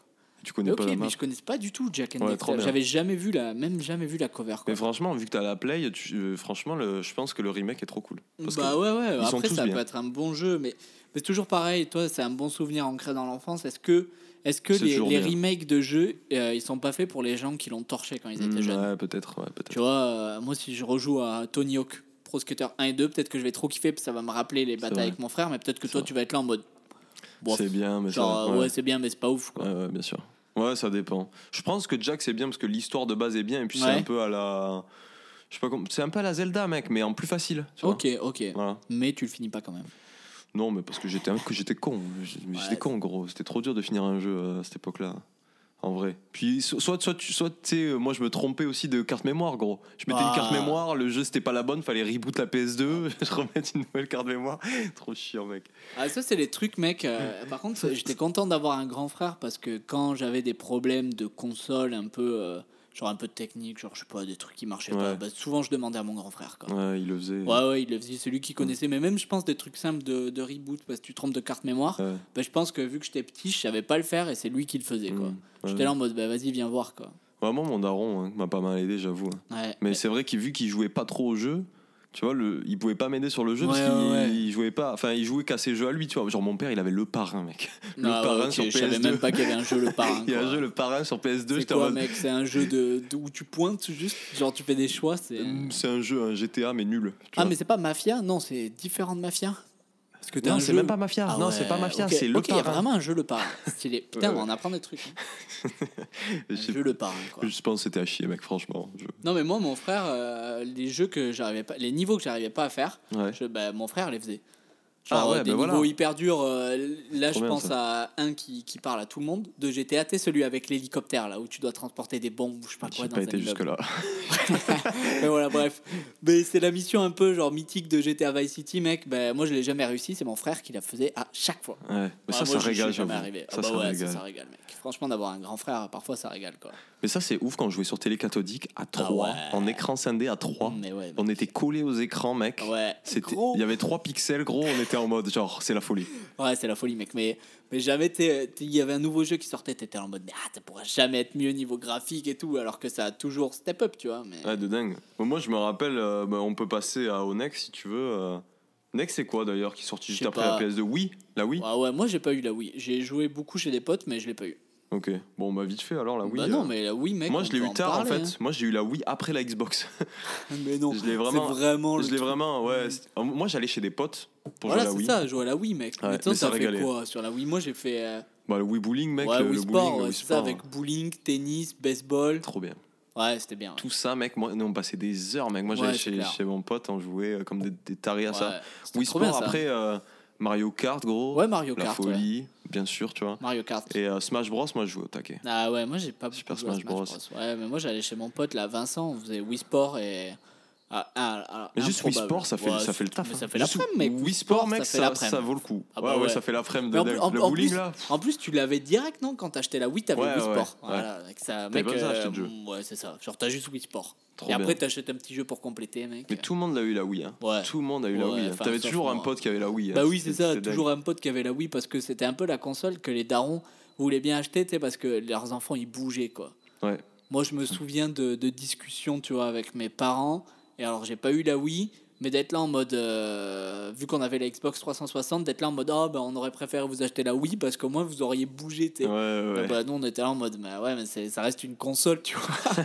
Tu Mais connais pas ok, la mais map. je connaissais pas du tout Jack and Ouais, Daxter. trop bien. J'avais jamais vu jamais vu la cover, quoi. Mais franchement, vu que t'as la play, franchement, je pense que le remake est trop cool. Parce Bah que ouais, ils sont après tous ça bien. peut être un bon jeu, mais c'est toujours pareil, toi c'est un bon souvenir ancré dans l'enfance. Est-ce que C'est les toujours bien. remakes de jeux, ils sont pas faits pour les gens qui l'ont torché quand ils étaient jeunes? Ouais, peut-être. Tu vois, moi si je rejoue à Tony Hawk Pro Skater 1 et 2, peut-être que je vais trop kiffer, parce que ça va me rappeler les batailles vrai. avec mon frère, mais peut-être que C'est toi vrai. tu vas être là en mode... bof. C'est bien, mais Genre, ça. ouais, c'est bien, mais c'est pas ouf, quoi. Ouais, bien sûr. Ouais, ça dépend. Je pense que Jack c'est bien parce que l'histoire de base est bien et puis c'est Ouais. un peu à la. Je sais pas comment. C'est un peu à la Zelda, mec, mais en plus facile. Tu vois. Ok. Voilà. Mais tu le finis pas quand même. Non, mais parce que j'étais con. J'étais con, gros. C'était trop dur de finir un jeu à cette époque-là. En vrai. Puis soit tu sais, moi je me trompais aussi de carte mémoire, gros. Je mettais une carte mémoire, le jeu c'était pas la bonne, fallait reboot la PS2, je remettre une nouvelle carte mémoire. Trop chiant, mec. Ah, ça, c'est les trucs, mec. Par contre, j'étais content d'avoir un grand frère parce que quand j'avais des problèmes de console un peu, genre un peu technique, genre je sais pas, des trucs qui marchaient pas, Ouais. bah, souvent je demandais à mon grand frère, quoi. Ouais, il le faisait. Ouais, il le faisait, celui qui connaissait, mais même je pense des trucs simples de reboot parce que tu trompes de carte mémoire. Ouais. Bah, je pense que vu que j'étais petit, je savais pas le faire et c'est lui qui le faisait, quoi. J'étais là en mode, bah vas-y, viens voir, quoi. Vraiment, mon daron m'a pas mal aidé, j'avoue. Ouais. Mais c'est vrai qu'il vu qu'il jouait pas trop au jeu, tu vois, il pouvait pas m'aider sur le jeu parce Ouais, qu'il ouais. il jouait pas. Enfin, il jouait qu'à ses jeux à lui, tu vois. Genre, mon père, il avait le parrain, mec. Le parrain ok, sur je savais PS2. même pas qu'il y avait un jeu le parrain. Il y a quoi. un jeu, le parrain sur PS2. C'est J'étais quoi, en mode, mec? C'est un jeu où tu pointes juste, genre tu fais des choix. C'est un jeu, un GTA, mais nul. Tu Ah, vois. mais c'est pas Mafia? Non, c'est différent de Mafia. Parce que t'as Non, un c'est jeu... même pas Mafia. Ah non, ouais, c'est pas Mafia, ok. c'est le Ok, il y a parrain. vraiment un jeu le parrain. Stylé. Putain, Ouais. on apprend des trucs. Hein. Un Je sais- jeu le parrain, quoi. Je pense que c'était à chier, mec, franchement. Non, mais moi, mon frère, les jeux que j'arrivais pas, les niveaux que j'arrivais pas à faire, Ouais. bah, mon frère les faisait. Ah Genre ouais, des ben niveaux voilà. hyper durs. Là, Trop je bien, pense ça. à un qui parle à tout le monde. De GTA, t'es celui avec l'hélicoptère, là, où tu dois transporter des bombes ou je sais pas quoi J'ai dans pas un été immeuble. jusque-là. Mais voilà, bref. Mais c'est la mission un peu genre mythique de GTA Vice City, mec. Ben, moi, je l'ai jamais réussi. C'est mon frère qui la faisait à chaque fois. Ouais. Mais Ouais, ça, moi, ça je régale, suis jamais j'avoue. arrivé. Ça, bah ça ouais, régale. ça régale, mec. Franchement, d'avoir un grand frère, parfois, ça régale, quoi. Mais ça, c'est ouf quand je jouais sur télé cathodique à 3, ouais. en écran scindé à 3. Mais ouais, mec. On était collés aux écrans, mec. Ouais, Il y avait 3 pixels, gros. On était en mode, genre, c'est la folie. Ouais, c'est la folie, mec. Mais jamais, il y avait un nouveau jeu qui sortait, t'étais en mode, mais ça pourra jamais être mieux niveau graphique et tout, alors que ça a toujours step up, tu vois. Mais... Ouais, de dingue. Moi, je me rappelle, on peut passer au Next si tu veux. Next, c'est quoi d'ailleurs qui est sorti Je juste sais après pas. la PS2? Oui, la Wii. Ouais, moi, j'ai pas eu la Wii. J'ai joué beaucoup chez des potes, mais je l'ai pas eu. Ok, bon, bah vite fait alors la Wii. Bah non, mais la Wii, mec. Moi, on je l'ai peut eu tard parler, en fait. hein. Moi, j'ai eu la Wii après la Xbox. Mais non, Je l'ai vraiment. c'est vraiment le Je l'ai truc. vraiment, ouais. Moi, j'allais chez des potes pour Voilà, jouer à la c'est Wii. ça, jouer à la Wii, mec. Ouais, mais toi, mais ça t'as fait régalait. quoi sur la Wii? Moi, j'ai fait Bah, le Wii Bowling, mec. ouais, le Wii bowling, Sport, le ouais, Wii c'est ça, Sport. avec bowling, tennis, baseball. Trop bien. Ouais, c'était bien. Ouais. Tout ça, mec, nous on passait des heures, mec. Moi, Ouais, j'allais c'est clair. chez mon pote, on jouait comme des tarés à ça. Ouais, c'était Wii trop Sport, bien, ça. après Mario Kart, gros. Ouais, Mario La Kart, folie, bien sûr, tu vois. Mario Kart. Et Smash Bros, moi, je jouais au taquet. Ah ouais, moi, j'ai pas Super beaucoup joué à Smash Bros. Ouais, mais moi, j'allais chez mon pote, là, Vincent, on faisait Wii Sport et... Mais juste Wii improbable. Sport, ça fait le taf. Mais hein. ça fait Juste l'après-midi, mec. Wii Sport, mec, ça fait ça l'après-midi. vaut le coup. Ah bah ouais, ouais. ça fait l'après-midi Mais de en, dingue. en- Le en bowling, plus, là. en plus, tu l'avais direct, non? Quand t'achetais la Wii, t'avais Ouais, Wii ouais, Sport. ouais. Voilà, avec ça, T'avais mec. pas besoin d'acheter de jeu. Ouais, c'est ça. Genre, t'as juste Wii Sport. Trop Et après, bien. t'achètes un petit jeu pour compléter, mec. Mais tout le monde l'a eu la Wii. Hein. Ouais. Tout le monde a eu la Ouais, Wii. Hein. enfin, T'avais sauf toujours un moi. pote qui avait la Wii. Bah hein. oui, c'est ça. C'était Toujours dingue. un pote qui avait la Wii parce que c'était un peu la console que les darons voulaient bien acheter, tu sais, parce que leurs enfants, ils bougeaient, quoi. Ouais. Moi, je me souviens de discussions, tu vois, avec mes parents. Et alors, j'ai pas eu la Wii, mais d'être là en mode... vu qu'on avait la Xbox 360, d'être là en mode, on aurait préféré vous acheter la Wii parce qu'au moins, vous auriez bougé, tu sais. Ouais. Bah, nous, on était là en mode, mais ça reste une console, tu vois.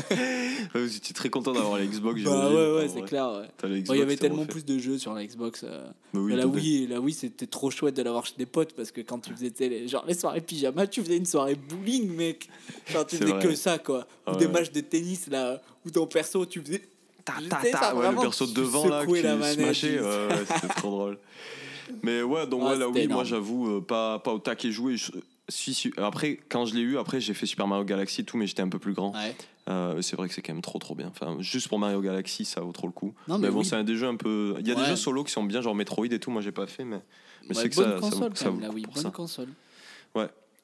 J'étais très content d'avoir la Xbox. Bah j'imagine. ouais, En c'est vrai. clair, ouais. T'as la Il Xbox, y avait c'est tellement refait. plus de jeux sur la Xbox. Bah oui, Mais tout est- la Wii, c'était trop chouette de l'avoir chez des potes parce que quand tu faisais genre les soirées pyjama, tu faisais une soirée bowling, mec. Genre tu C'est faisais vrai. que ça, quoi. Ah Ou des ouais. matchs de tennis là, où ton perso, tu faisais. Tu sais, ça, Ouais, le vraiment, perso tu devant là, que secouais tu la manette. smashais, c'était trop drôle. Mais ouais, donc Ouais, ouais, la c'était Wii, moi énorme. j'avoue, pas au taquet joué. Si. Après, quand je l'ai eu, après j'ai fait Super Mario Galaxy et tout, mais j'étais un peu plus grand. Ouais. C'est vrai que c'est quand même trop bien. Enfin, juste pour Mario Galaxy, ça vaut trop le coup. Non, mais mais bon, oui. c'est un des jeux un peu. Il y a des Ouais. jeux solo qui sont bien, genre Metroid et tout. Moi, j'ai pas fait, mais Ouais, c'est que bonne ça console vaut quand même, le la coup Wii. pour Bonne ça. console. Ouais.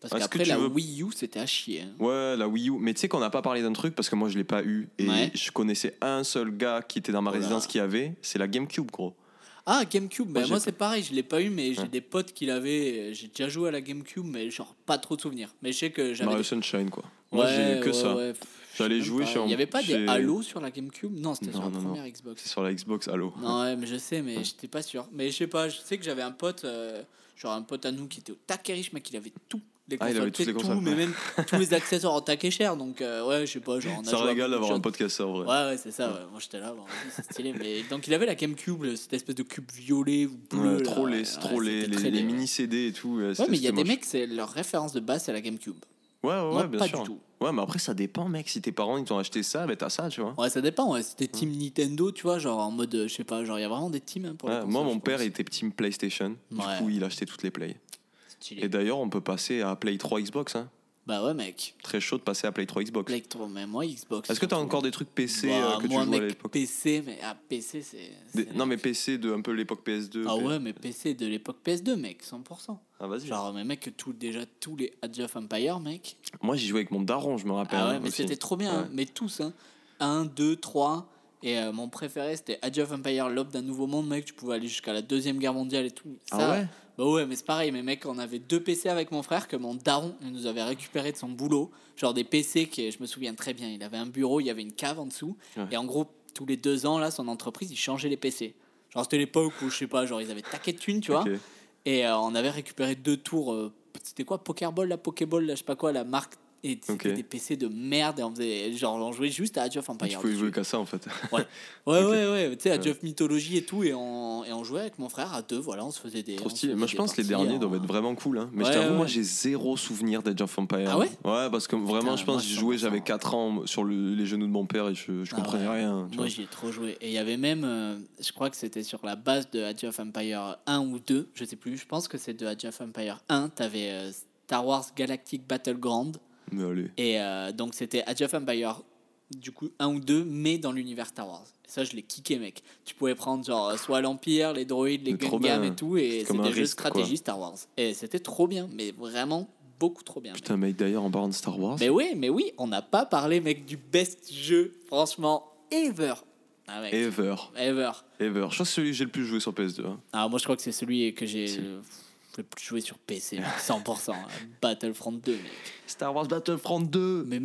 Parce Est-ce qu'après, que tu la veux- Wii U, c'était à chier. Hein. Ouais, la Wii U. Mais tu sais qu'on n'a pas parlé d'un truc parce que moi je l'ai pas eu. Et Ouais. je connaissais un seul gars qui était dans ma Oh là. résidence qui avait. C'est la GameCube, gros. Ah, GameCube, ben j'ai moi pas- c'est pareil, je l'ai pas eu, mais j'ai Ouais. des potes qui l'avaient. J'ai déjà joué à la GameCube, mais genre pas trop de souvenirs. Mais je sais que j'avais. Mario Des... Sunshine, quoi. Moi j'ai eu que ça. Ouais. Je sais J'allais même jouer pas. sur- Il y avait pas des chez- Halo sur la GameCube? Non, c'était sur la Non. première Xbox. C'est sur la Xbox, Halo. Non, ouais, mais je sais, mais j'étais pas sûr. Mais je sais pas, je sais que j'avais un pote, genre un pote à nous qui était au taquet riche, mec, il avait tout. Les Ah, il consoles, avait toutes les tout, consoles. mais même tous les accessoires en taquet cher, donc ouais, je sais pas, genre on a Ça joué à régale beaucoup de d'avoir un choses. podcast, en vrai. Ouais, c'est ça, ouais. Moi j'étais là, bon, vas-y, c'est stylé. Mais donc il avait la GameCube, cette espèce de cube violet ou bleu. Ouais, trop là, laid, c'est trop laid. c'était très Les laid, ouais. mini CD et tout. Ouais, mais il y a des mecs, c'est leur référence de base, c'est la GameCube. Ouais, Moi, bien pas sûr. du tout. Ouais, mais après, ça dépend, mec. Si tes parents, ils t'ont acheté ça, ben t'as ça, tu vois. Ouais, ça dépend, ouais. C'était Team Nintendo, tu vois, genre en mode, je sais pas, genre il y a vraiment des teams hein, pour les Ouais, consoles, moi, mon je père pense. était team PlayStation. Du Ouais. coup, il achetait toutes les Play. Stylé. Et d'ailleurs, on peut passer à Play 3 Xbox. Hein. Bah ouais, mec. Très chaud de passer à Play 3 Xbox. Electro, mais moi Xbox. Est-ce que t'as surtout. encore des trucs PC Bah, que tu moi, jouais à mec, l'époque PC, mais PC, c'est. Non, mais PC de un peu l'époque PS2. Ah ouais, mais PC de l'époque PS2, mec, 100%. Ah, vas-y. Genre, mais mec, déjà tous les Age of Empire, mec. Moi, j'y jouais avec mon daron, je me rappelle. Ah ouais, hein, mais aussi. c'était trop bien, Ouais. hein. Mais tous, hein. 1, 2, 3. Et mon préféré, c'était Age of Empire, l'aube d'un nouveau monde, mec. Tu pouvais aller jusqu'à la Deuxième Guerre mondiale et tout. Ah Ça, ouais. bah ouais, mais c'est pareil, mais mec, on avait 2 PC avec mon frère que mon daron il nous avait récupéré de son boulot. Genre des PC qui, je me souviens très bien, il avait un bureau, il y avait une cave en dessous. Ouais. Et en gros, tous les 2 ans, là, son entreprise, il changeait les PC. Genre, c'était l'époque où, je sais pas, genre, ils avaient taquet de thunes, tu vois. Ok. Et on avait récupéré 2 tours. C'était quoi, Pokerball, la Pokéball, là, je sais pas quoi, la marque. Et c'était Ok. des PC de merde. Et on faisait, genre, on jouait juste à Age of Empire. Tu pouvais dessus. jouer qu'à ça, en fait. Ouais, ouais. Tu sais, Age of Mythology et tout. Et on jouait avec mon frère à 2, voilà, on se faisait des. Trop on se stylé. faisait Moi, je des pense que les parties derniers en- doivent être vraiment cool. Hein. Mais Ouais, je t'avoue, moi, ouais. j'ai zéro souvenir d'Age of Empire. Ah ouais. Ouais, parce que vraiment, Putain, je pense moi, que j'y jouais, 100%. j'avais 4 ans sur les genoux de mon père et je Ah comprenais ouais. rien. tu Moi, vois. j'y ai trop joué. Et il y avait même, je crois que c'était sur la base de Age of Empire 1 ou 2, je sais plus. Je pense que c'est de Age of Empire 1. T'avais Star Wars Galactic Battleground. Mais allez. Et donc, c'était Age of Empire, du coup, 1 ou 2, mais dans l'univers Star Wars. Et ça, je l'ai kické, mec. Tu pouvais prendre, genre, soit l'Empire, les droïdes, les C'est trop Gungam bien. et tout. Et C'est comme c'était un des jeux de risque, stratégie quoi. Star Wars. Et c'était trop bien, mais vraiment beaucoup trop bien. Mec. Putain, mec, d'ailleurs, en parlant de Star Wars. Mais oui, on n'a pas parlé, mec, du best jeu, franchement, ever. Ah, mec, Ever. ever. Je crois que c'est celui que j'ai le plus joué sur PS2. Hein. Ah, moi, je crois que c'est celui que j'ai Si. le plus joué sur PC, mec, 100%. Battlefront 2, mec. Star Wars Battlefront 2. Mais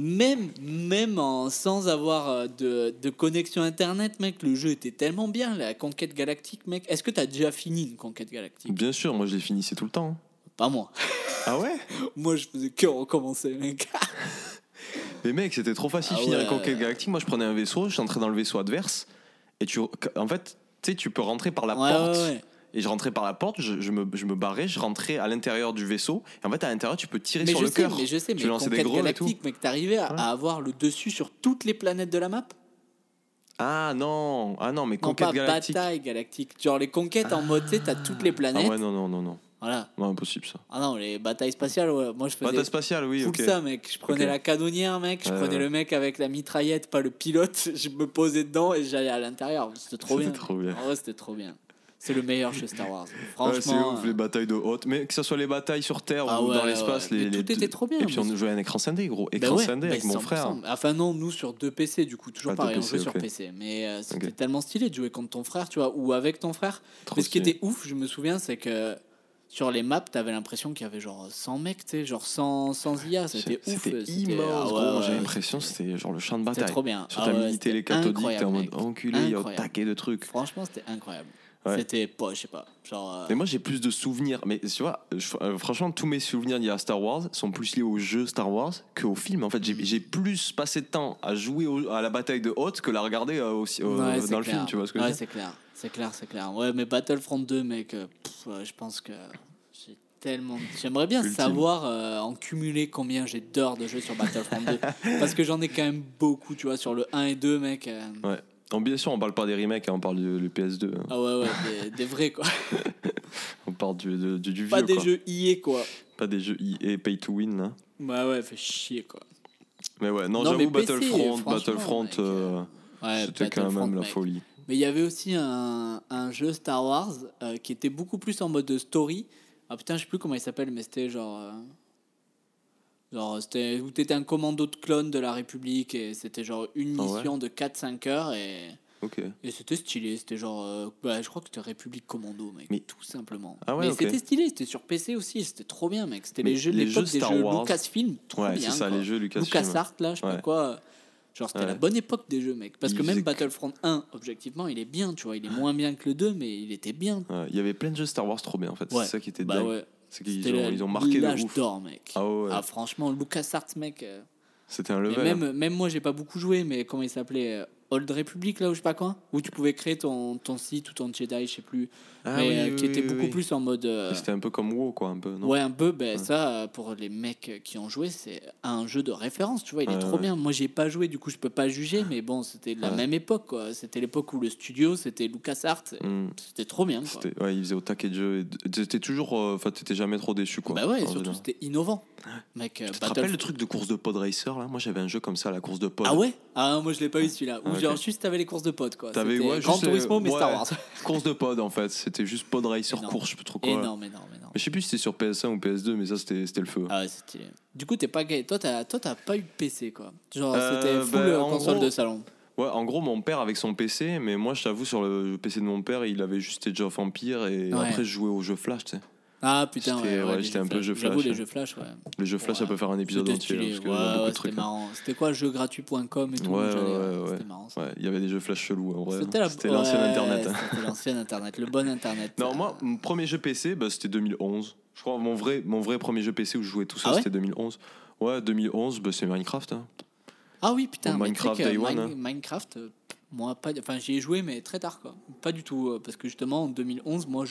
même sans avoir de connexion internet, mec, le jeu était tellement bien, la conquête galactique, mec. Est-ce que t'as déjà fini une conquête galactique? Bien sûr, moi je les finissais tout le temps. Pas moi. Ah ouais? Moi, je faisais que recommencer, mec. Mais mec, c'était trop facile de Ah finir ouais. une conquête galactique. Moi je prenais un vaisseau, j'entrais dans le vaisseau adverse. Et en fait, tu sais, tu peux rentrer par la porte. Ouais. Et je rentrais par la porte, je me barrais, je rentrais à l'intérieur du vaisseau. Et en fait, à l'intérieur, tu peux tirer Mais sur je le sais, cœur. mais je sais, mais Tu lançais des conquête grenades et tout. galactique, mec, t'arrivais à avoir le dessus sur toutes les planètes de la map? Ah non, mais Non, conquête pas galactique. bataille galactique. Genre les conquêtes en mode, tu sais, t'as toutes les Ah planètes. ouais, non. Voilà. Non, impossible ça. Ah non, les batailles spatiales, ouais. Moi, je faisais Bataille spatiale, oui, full ok. ça, mec. Je prenais Ok. la canonnière, mec. Je Ouais, prenais ouais. le mec avec la mitraillette, pas le pilote. Je me posais dedans et j'allais à l'intérieur. C'était trop bien. C'était trop bien. En vrai, c'était trop bien. C'est le meilleur chez Star Wars. Ouais, c'est Franchement. ouf, les batailles de haute. Mais que ce soit les batailles sur Terre Ah ou ouais, dans l'espace, ouais. Mais tout était trop bien, Et puis on mais- jouait à un écran scindé, gros. Ben Écran ouais, scindé avec ben mon 100%. frère. Enfin non, nous sur 2 PC du coup, toujours Ah, pareil, 2 on jouait PC, sur ok. PC. Mais c'était Ok. tellement stylé de jouer contre ton frère, tu vois, ou avec ton frère. Trop Mais ce qui stylé. était ouf, je me souviens, c'est que sur les maps, t'avais l'impression qu'il y avait genre 100 mecs, tu sais, genre 100 IA, c'était ouf. C'était immense, ah ouais, gros. ouais, J'ai l'impression que c'était genre le champ de c'était bataille. trop bien. Sur Ah ta ouais, mini c'était télé cathodique, t'es en mode incroyable, mec. enculé, il y a un Incroyable. taquet de trucs. Franchement, c'était incroyable. Ouais. C'était pas, je sais pas, genre. Mais moi j'ai plus de souvenirs. Mais tu vois, franchement, tous mes souvenirs liés à Star Wars sont plus liés au jeu Star Wars qu'au film. En fait, j'ai plus passé de temps à jouer à la bataille de Hoth que la regarder aussi, Ouais, c'est dans le clair. film, tu vois ce que je Ouais, veux dire. c'est clair. Ouais, mais Battlefront 2, mec, je pense que j'ai tellement. J'aimerais bien Ultime. savoir en cumulé combien j'ai d'heures de jeu sur Battlefront 2. Parce que j'en ai quand même beaucoup, tu vois, sur le 1 et 2, mec. Ouais. Donc, bien sûr, on parle pas des remakes, hein, on parle du PS2. hein. Ah ouais, des vrais, quoi. On parle du vieux. Pas des quoi. jeux EA, quoi. Pas des jeux EA Pay to Win. Là. Ouais, fait chier, quoi. Mais ouais, non, Non, mais j'avoue, PC, Battlefront, franchement, mec, Ouais, c'était quand Battlefront, même la mec. folie. Mais il y avait aussi un jeu Star Wars qui était beaucoup plus en mode story. Ah putain, je sais plus comment il s'appelle, mais c'était genre. Genre, c'était où t'étais un commando de clones de la République et c'était genre une Ah ouais? mission de 4-5 heures Ok. et c'était stylé. C'était genre, bah, je crois que c'était République Commando, mec, Mais- tout simplement. Ah ouais, Mais ok. c'était stylé, c'était sur PC aussi, c'était trop bien, mec. C'était Mais les jeux de les l'époque jeux des Star jeux Wars- Lucasfilm, trop Ouais, bien. c'est ça, quoi. les jeux Lucasfilm. LucasArts, là, je sais pas Ouais. quoi. Genre, c'était la Ouais. bonne époque des jeux, mec. Parce Ils que même faisaient Battlefront 1, objectivement, il est bien, tu vois. Il est moins bien que le 2, mais il était bien. Ouais, il y avait plein de jeux Star Wars trop bien en fait. Ouais. C'est ça qui était Bah dingue. ouais. C'est qu'ils C'était ils ont marqué de l'âge ouf. d'or, mec. Ah ouais. Ah, franchement, LucasArts, mec. C'était un Mais level. hein. même moi, j'ai pas beaucoup joué, mais comment il s'appelait Old Republic, là, ou je sais pas quoi. Où tu pouvais créer ton site ou ton Jedi, je sais plus. Ah mais oui, oui, qui était oui, beaucoup oui. plus en mode. Et c'était un peu comme WoW quoi, un peu, non? Ouais, un peu, ben ça, pour les mecs qui ont joué, c'est un jeu de référence, tu vois, il est trop ouais. bien. Moi, j'ai pas joué, du coup, je peux pas juger, mais bon, c'était de la Ouais. même époque, quoi. C'était l'époque où le studio, c'était LucasArts, et Hmm. c'était trop bien, quoi. Ouais, ils faisaient au taquet de jeu. T'étais toujours. Enfin, t'étais jamais trop déçu quoi. Bah ouais, et en surtout, général. c'était innovant. Mec, Tu te rappelles le truc de course de pod racer là? Moi j'avais un jeu comme ça, la course de pod. Ah ouais? Ah, moi, je l'ai pas eu celui-là. Où, Ah, ok. genre, juste, t'avais les courses de potes, quoi. T'avais C'était ouais, Gran juste, Turismo, mais ouais, Star Wars. Course de pod en fait. C'était juste pod racer Énorme. course, je sais plus trop quoi. Énorme. Mais je sais plus si c'était sur PS1 ou PS2, mais ça c'était le feu. Ah ouais, c'est stylé. Du coup, t'es pas gay. Toi, t'as pas eu de PC, quoi. Genre, Euh, c'était full bah, en console gros- de salon. Ouais, en gros, mon père avec son PC, mais moi, je t'avoue, sur le PC de mon père, il avait juste Age of Empire et Ouais. après, je jouais aux jeux Flash, tu sais. Ah putain, J'étais- ouais, les j'étais jeux un peu Flash. jeu J'avoue, Flash, les hein. jeux Flash, ouais. Les jeux Flash, ça peut faire un épisode C'était entier, stylé. parce qu'il Ouais, y a beaucoup de c'était trucs. hein. marrant. C'était quoi, jeuxgratuits.com et tout? Ouais, j'allais, ouais. C'était marrant. Ça. Ouais, il y avait des jeux Flash chelous, en vrai. C'était l'ancien ouais, Internet. hein. C'était l'ancien Internet, le bon Internet. Non, moi, mon premier jeu PC, bah, c'était 2011. Je crois mon vrai premier jeu PC où je jouais tout seul, Ah ouais c'était 2011. Ouais, 2011, bah, c'est Minecraft. hein. Ah oui, putain, Bon, mais tu sais Minecraft que Day One, hein. Minecraft, moi, pas. Enfin, j'y ai joué, mais très tard, quoi. Pas du tout. Parce que justement, en 2011, moi,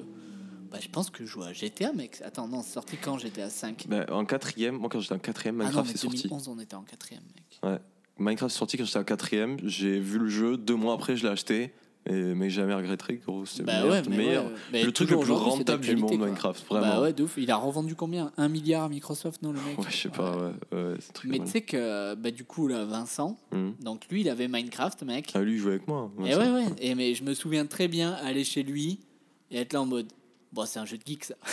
je pense que je jouais à GTA, mec. Attends, non, c'est sorti quand GTA 5? Bah, en quatrième, moi, quand j'étais en quatrième, Ah non, Minecraft mais est sorti. 2011, on était en quatrième, mec. Ouais. Minecraft est sorti quand j'étais en quatrième. J'ai vu le jeu, 2 mois après, je l'ai acheté. Et mais j'ai jamais regretté, gros. C'était Bah le ouais, meilleur. mais ouais. Mais Le truc le toujours plus aujourd'hui, c'est rentable du d'actualité, monde, quoi. Minecraft, vraiment. Bah ouais, de ouf. Il a revendu combien? 1 milliard à Microsoft, non, le mec? Ouais, je sais pas, ouais. C'est un truc Mais mal. tu sais que, bah, du coup, là, Vincent, Mhm. donc lui, il avait Minecraft, mec. Ah, lui, il jouait avec moi. Et ouais. Et mais je me souviens très bien aller chez lui et être là en mode. Bon, c'est un jeu de geek, ça.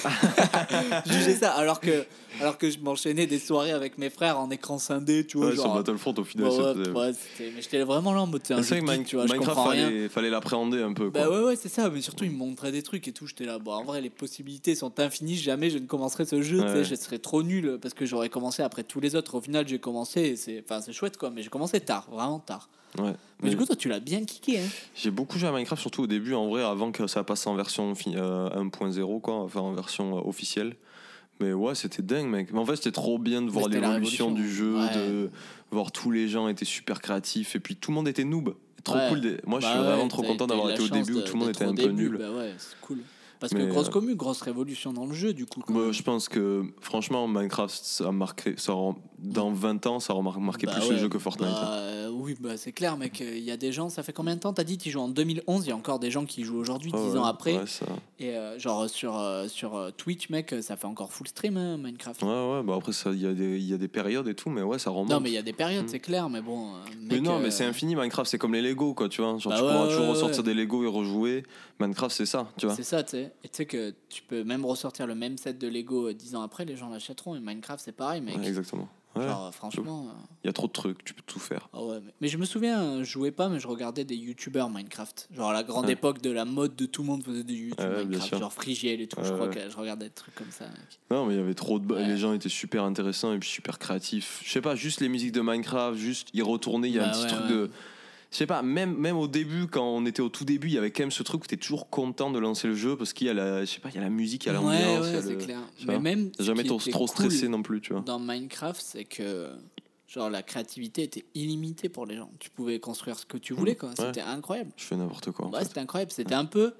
Juger ça, alors que je m'enchaînais des soirées avec mes frères en écran scindé, tu vois. Ouais, sur genre, Battlefront, au final, bah ça ouais, faisait- ouais, mais j'étais vraiment là en mode c'est un C'est jeu vrai de que geek, tu vois, je Minecraft, comprends rien. fallait l'appréhender un peu, quoi. Bah ouais, c'est ça, mais surtout il me montrait des trucs et tout, j'étais là, bon en vrai les possibilités sont infinies, jamais je ne commencerai ce jeu, tu sais, Ouais. je serais trop nul parce que j'aurais commencé après tous les autres, au final j'ai commencé, et c'est chouette quoi, mais j'ai commencé tard, vraiment tard. Ouais. Mais du coup toi tu l'as bien kické, hein. J'ai beaucoup joué à Minecraft, surtout au début, en vrai, avant que ça passe en version 1.0, quoi, enfin en version officielle. Mais ouais, c'était dingue, mec. Mais en fait, c'était trop bien de voir c'était la l'évolution du jeu, révolution. de voir tous les gens étaient super créatifs, et puis tout le monde était noob. Trop Ouais. cool. Moi, je suis Bah vraiment ouais, trop t'as- content t'as eu d'avoir la été au chance début où tout le monde d'être était au un peu début, nul. Bah ouais, c'est cool. Parce Mais, que grosse révolution dans le jeu du coup. quand Moi, même. je pense que, franchement, Minecraft, ça a marqué, dans 20 ans, ça aura marqué Bah plus ouais, le jeu que Fortnite. hein. Oui, bah c'est clair, mec. Il y a des gens, ça fait combien de temps? T'as dit qu'ils jouent en 2011, il y a encore des gens qui jouent aujourd'hui, 10 ans après. Ouais, ça. Et genre sur Twitch, mec, ça fait encore full stream, hein, Minecraft. Ouais, bah après, il y a des périodes et tout, mais ouais, ça remonte. Non, mais il y a des périodes, c'est clair, mais bon. Mais mec, non, mais c'est infini, Minecraft, c'est comme les Lego, quoi, tu vois. Genre, Bah tu ouais, pourras ouais, toujours ouais, ressortir ouais. des Lego et rejouer. Minecraft, c'est ça, tu vois. C'est ça, tu sais. Et tu sais que tu peux même ressortir le même set de Lego 10 ans après, les gens l'achèteront. Et Minecraft, c'est pareil, mec. Ouais, exactement. Ouais. Genre, franchement. Il y a trop de trucs, tu peux tout faire. Ah ouais, mais je me souviens, je jouais pas, mais je regardais des youtubeurs Minecraft. Genre à la grande Ouais. époque de la mode de tout le monde faisait des YouTube Ouais, bien Minecraft, sûr. genre Frigiel et tout. Je Ouais, crois ouais. que je regardais des trucs comme ça, mec. Non, mais il y avait trop de. Ouais. Les gens étaient super intéressants et puis super créatifs. Je sais pas, juste les musiques de Minecraft, juste y retourner, il y a un Bah petit ouais, truc ouais. de. Je sais pas, même au début, quand on était au tout début, il y avait quand même ce truc où t'es toujours content de lancer le jeu parce qu'il y a la, je sais pas, il y a la musique, il y a l'ambiance. il y Ouais, a c'est le- clair. tu Mais vois. même. ce Jamais qui trop était stressé cool non plus, tu vois. dans Minecraft, c'est que. Genre la créativité était illimitée pour les gens. Tu pouvais construire ce que tu voulais, quoi. Ouais. C'était incroyable. Je fais n'importe quoi. En Ouais, fait. c'était incroyable. C'était un peu.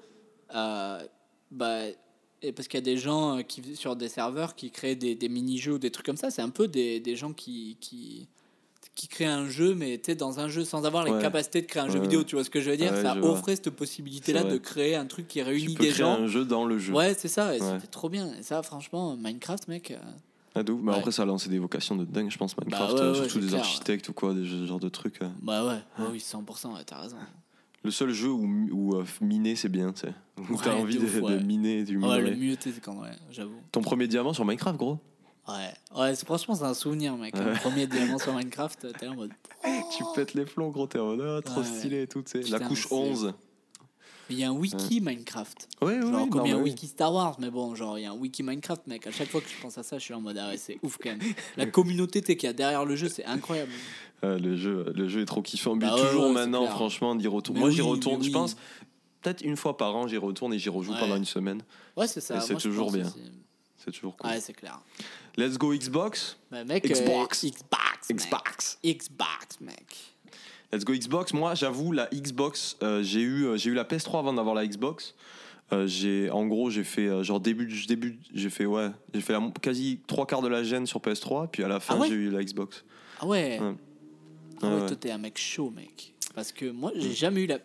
Et parce qu'il y a des gens sur des serveurs qui créent des mini-jeux ou des trucs comme ça. C'est un peu des gens qui créent un jeu, mais tu sais, dans un jeu sans avoir les Ouais. capacités de créer un jeu Ouais. vidéo. Tu vois ce que je veux dire? Ouais, Ça je vois. offrait cette possibilité-là C'est vrai. de créer un truc qui réunit Tu peux des créer gens. un jeu dans le jeu. Ouais, c'est ça. Et Ouais. c'était trop bien. Et ça, franchement, Minecraft, mec. Ah, de ouf. Mais Ouais. après, ça a lancé des vocations de dingue, je pense, Minecraft. ouais, Surtout c'est des clair, architectes ou quoi, ce genre de trucs. Bah ouais, oui, 100%, ouais, t'as raison. Le seul jeu où miner, c'est bien, tu sais. Où t'as Ouais, envie de ouf, de ouais. miner, du Ouais, le minerai. mieux, c'est quand, ouais, j'avoue. Ton premier diamant sur Minecraft, gros? Ouais, franchement, c'est un souvenir, mec. Le premier diamant sur Minecraft, t'es en mode. Tu pètes les plombs, gros, t'es en mode trop Ouais. stylé et tout, tu sais. La Putain, couche mais 11. Il y a un wiki Minecraft. Oui, Genre, comme il y a un oui. wiki Star Wars, mais bon, genre, il y a un wiki Minecraft, mec. À chaque fois que je pense à ça, je suis en mode, ah ouais, c'est ouf quand même. La communauté qu'il y a derrière le jeu, c'est incroyable. Le jeu est trop kiffant. Mais Bah ouais, toujours ouais, c'est maintenant, clair. franchement, d'y retourner. Mais Moi, j'y oui, retourne, mais je oui. pense, peut-être une fois par an, j'y retourne et j'y rejoue Ouais. pendant une semaine. Ouais, c'est ça. Et c'est Moi, je toujours pense bien. aussi. C'est toujours cool. Ouais, c'est clair. Let's go Xbox. Bah, mec, Xbox. Xbox, mec. Let's go Xbox. Moi, j'avoue, la Xbox, j'ai eu la PS3 avant d'avoir la Xbox. En gros, j'ai fait j'ai fait quasi 3/4 de la gêne sur PS3, puis à la fin, Ah ouais j'ai eu la Xbox. Ah ouais. Ouais. Ah ouais, Ouais. toi, t'es un mec chaud, mec. Parce que moi, j'ai jamais eu la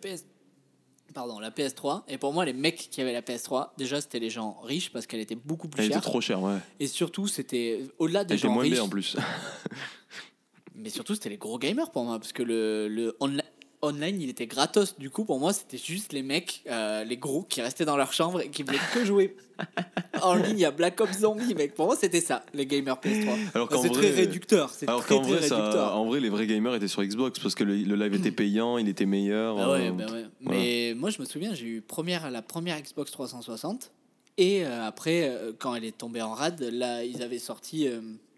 PS3. Et pour moi, les mecs qui avaient la PS3, déjà, c'était les gens riches parce qu'elle était beaucoup plus Elle était chère. trop chère, ouais. Et surtout, c'était au-delà des Elle était gens moins riches. bien en plus. Mais surtout, c'était les gros gamers pour moi. Parce que le online, il était gratos. Du coup, pour moi, c'était juste les mecs, les gros, qui restaient dans leur chambre et qui voulaient que jouer. En ligne, il y a Black Ops Zombie, mec. Pour moi, c'était ça, les gamers PS3. Alors qu'en C'est vrai- très réducteur. C'est Alors très, qu'en très vrai, réducteur. en vrai, les vrais gamers étaient sur Xbox parce que le live était payant, il était meilleur. Bah ouais. Voilà. Mais moi, je me souviens, j'ai eu la première Xbox 360. Et après, quand elle est tombée en rade, là, ils avaient sorti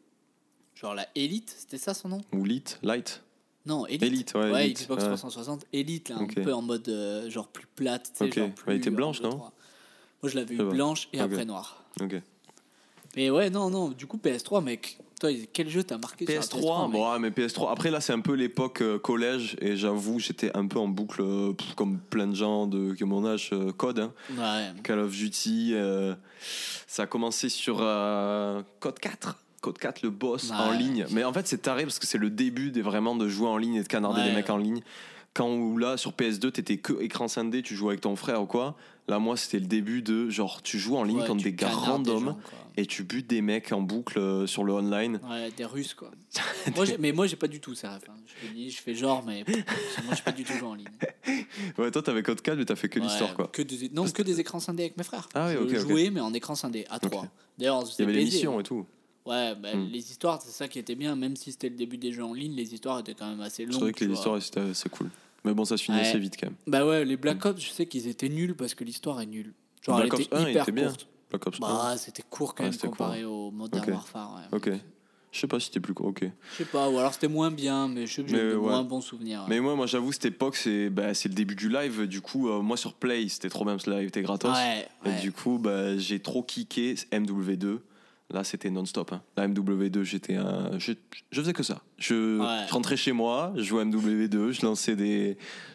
genre la Elite, c'était ça son nom? Ou Light. Non, Elite. Elite, ouais, Elite, Xbox ouais. 360 Elite, là, Ok. un peu en mode genre plus plate. Tu sais, Ok. genre plus, Elle était blanche, en deux, non? trois. Moi, je l'avais Je eu sais pas. blanche et Ok. après noire. Ok. Mais ouais, non, du coup, PS3, mec. Toi, quel jeu t'as marqué sur la PS3, PS3, mec? bon, ouais, mais PS3. Après, là, c'est un peu l'époque collège, et j'avoue, j'étais un peu en boucle, comme plein de gens de mon âge, Code, hein. Ouais. Call of Duty. Ça a commencé sur Code 4. Code 4, le boss Ouais. en ligne. Mais en fait, c'est taré parce que c'est le début vraiment de jouer en ligne et de canarder Ouais, des mecs ouais. en ligne. Où là, sur PS2, t'étais que écran scindé, tu jouais avec ton frère ou quoi. Là, moi, c'était le début de genre, tu joues en ligne Ouais, contre tu des gars canardes random des gens, quoi. et tu butes des mecs en boucle sur le online. Ouais, des Russes, quoi. moi, j'ai pas du tout ça. Enfin, je te dis, je fais genre, mais moi, j'ai pas du tout joué en ligne. Ouais, toi, t'avais Code 4, mais t'as fait que Ouais, l'histoire, quoi. que des écrans scindés avec mes frères. Ah oui, ok, Je ok. jouais, mais en écran scindé, à 3. Ok. D'ailleurs, Il y avait les missions et tout. Ouais, bah, les histoires, c'est ça qui était bien. Même si c'était le début des jeux en ligne, les histoires étaient quand même assez longues. C'est vrai que tu les vois. histoires, c'était assez cool. Mais bon, ça se finit Ouais. assez vite quand même. Bah ouais, les Black Ops, je sais qu'ils étaient nuls parce que l'histoire est nulle. Genre, Black elle Ops était 1, il hyper était bien. courte. Black Ops 1. Bah, c'était court quand Ouais, même c'était comparé au Modern Ok. Warfare. Ouais. Ok. Je sais pas si c'était plus court. Ok. Je sais pas, ou alors c'était moins bien, mais je sais que j'ai Mais de ouais. moins bons souvenirs. Mais moi, j'avoue, cette époque, c'est le début du live. Du coup, moi sur Play, c'était trop bien parce que le live était gratos. Ouais. Et du coup, j'ai trop kické MW2. Là, c'était non-stop. Hein. La MW2, je faisais que ça. Je rentrais chez moi, je jouais à MW2, je lançais des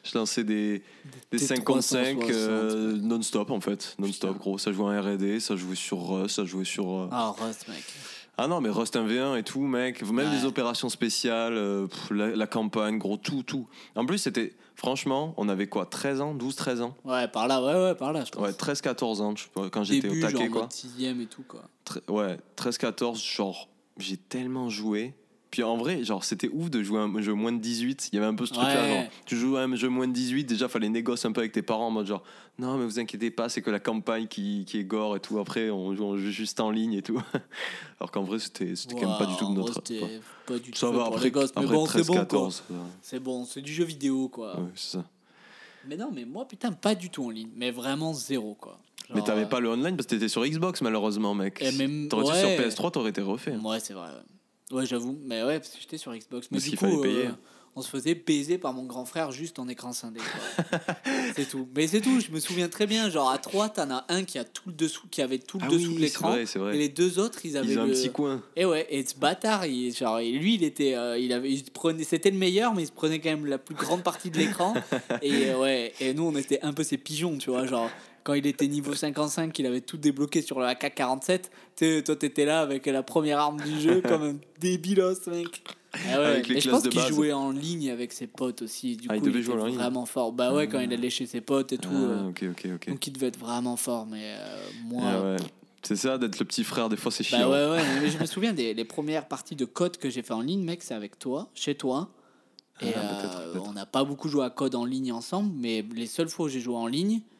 5 contre 5 non-stop en fait. Non-stop, gros. Ça jouait en R&D, ça jouait sur Rust, ça jouait sur. Ah, Rust, mec. Ah non, mais Rust 1v1 et tout, mec. Même les opérations spéciales, la campagne, gros, tout. En plus, franchement, on avait quoi, 13 ans, 12-13 ans. Ouais, par là, je pense. Ouais, 13-14 ans, je sais pas, quand j'étais au taquet, genre, quoi. mode 6ème et tout, quoi. Ouais, 13-14, genre, j'ai tellement joué. Puis en vrai, genre, c'était ouf de jouer à un jeu moins de 18. Il y avait un peu ce truc-là, genre, tu joues à un jeu moins de 18, déjà, fallait négocier un peu avec tes parents en mode genre, non, mais vous inquiétez pas, c'est que la campagne qui est gore et tout. Après, on joue juste en ligne et tout. Alors qu'en vrai, c'était quand même pas du tout de notre. C'était pas du tout Ça fait va pour après, les gosses, mais après bon, 13, c'est bon, 14. quoi. C'est bon, c'est du jeu vidéo, quoi. Ouais, c'est ça. Mais non, mais moi, putain, pas du tout en ligne. Mais vraiment zéro, quoi. Genre, Mais t'avais pas le online parce que t'étais sur Xbox, malheureusement, mec. T'aurais été sur PS3, t'aurais été refait. Ouais, c'est vrai. Ouais, j'avoue. Mais ouais, parce que j'étais sur Xbox. Mais Parce du qu'il coup, fallait payer. on se faisait baiser par mon grand frère juste en écran scindé. Quoi. C'est tout. Mais c'est tout. Je me souviens très bien. Genre à 3, t'en as un qui a tout le dessous, qui avait tout le dessous de l'écran. C'est vrai. Et les deux autres, ils avaient un petit coin. Et ouais. Et ce bâtard, lui, c'était le meilleur, mais il se prenait quand même la plus grande partie de l'écran. Et ouais. Et nous, on était un peu ses pigeons, tu vois, genre. Quand il était niveau 55, il avait tout débloqué sur le AK-47. Toi, t'étais là avec la première arme du jeu, comme un débilos, mec. Ah ouais. Avec les Mais je classes pense de qu'il base. jouait en ligne avec ses potes aussi. Du coup, il devait jouer en ligne. vraiment fort. Bah ouais, quand il allait chez ses potes et tout. Ok. Donc il devait être vraiment fort. Mais moi. Ouais. C'est ça, d'être le petit frère, des fois, c'est chiant. Bah ouais. Mais je me souviens les premières parties de COD que j'ai fait en ligne, mec, c'est avec toi, chez toi. Et peut-être. on n'a pas beaucoup joué à COD en ligne ensemble, mais les seules fois où j'ai joué en ligne,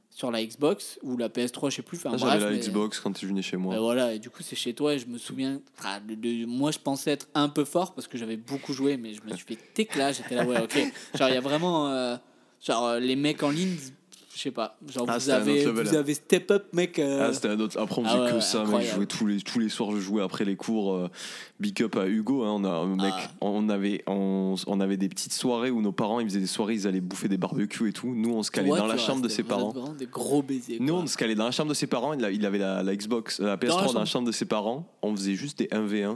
sur la Xbox ou la PS3, je sais plus. Enfin, J'avais bref, la mais- Xbox quand tu venais chez moi. Et voilà, et du coup, c'est chez toi et je me souviens. Moi, je pensais être un peu fort parce que j'avais beaucoup joué, mais je me suis fait éclat. J'étais là, ouais, ok. Genre, il y a vraiment. Les mecs en ligne, je sais pas. Genre, Ah, c'était un autre level, vous avez step up, mec. Ah, c'était un autre. Après, on Ah faisait ouais, que ouais, ça, mec. Je incroyable. jouais tous les soirs, je jouais après les cours. Big up à Hugo, hein. Mec, Ah. on avait des petites soirées où nos parents, ils faisaient des soirées, ils allaient bouffer des barbecues et tout. Nous, on se calait Ouais, dans la tu vois, chambre de c'était ses parents. vraiment des gros baisers. Nous, Quoi. on se calait dans la chambre de ses parents. Il avait la Xbox, la PS3 dans la chambre de ses parents. On faisait juste des 1v1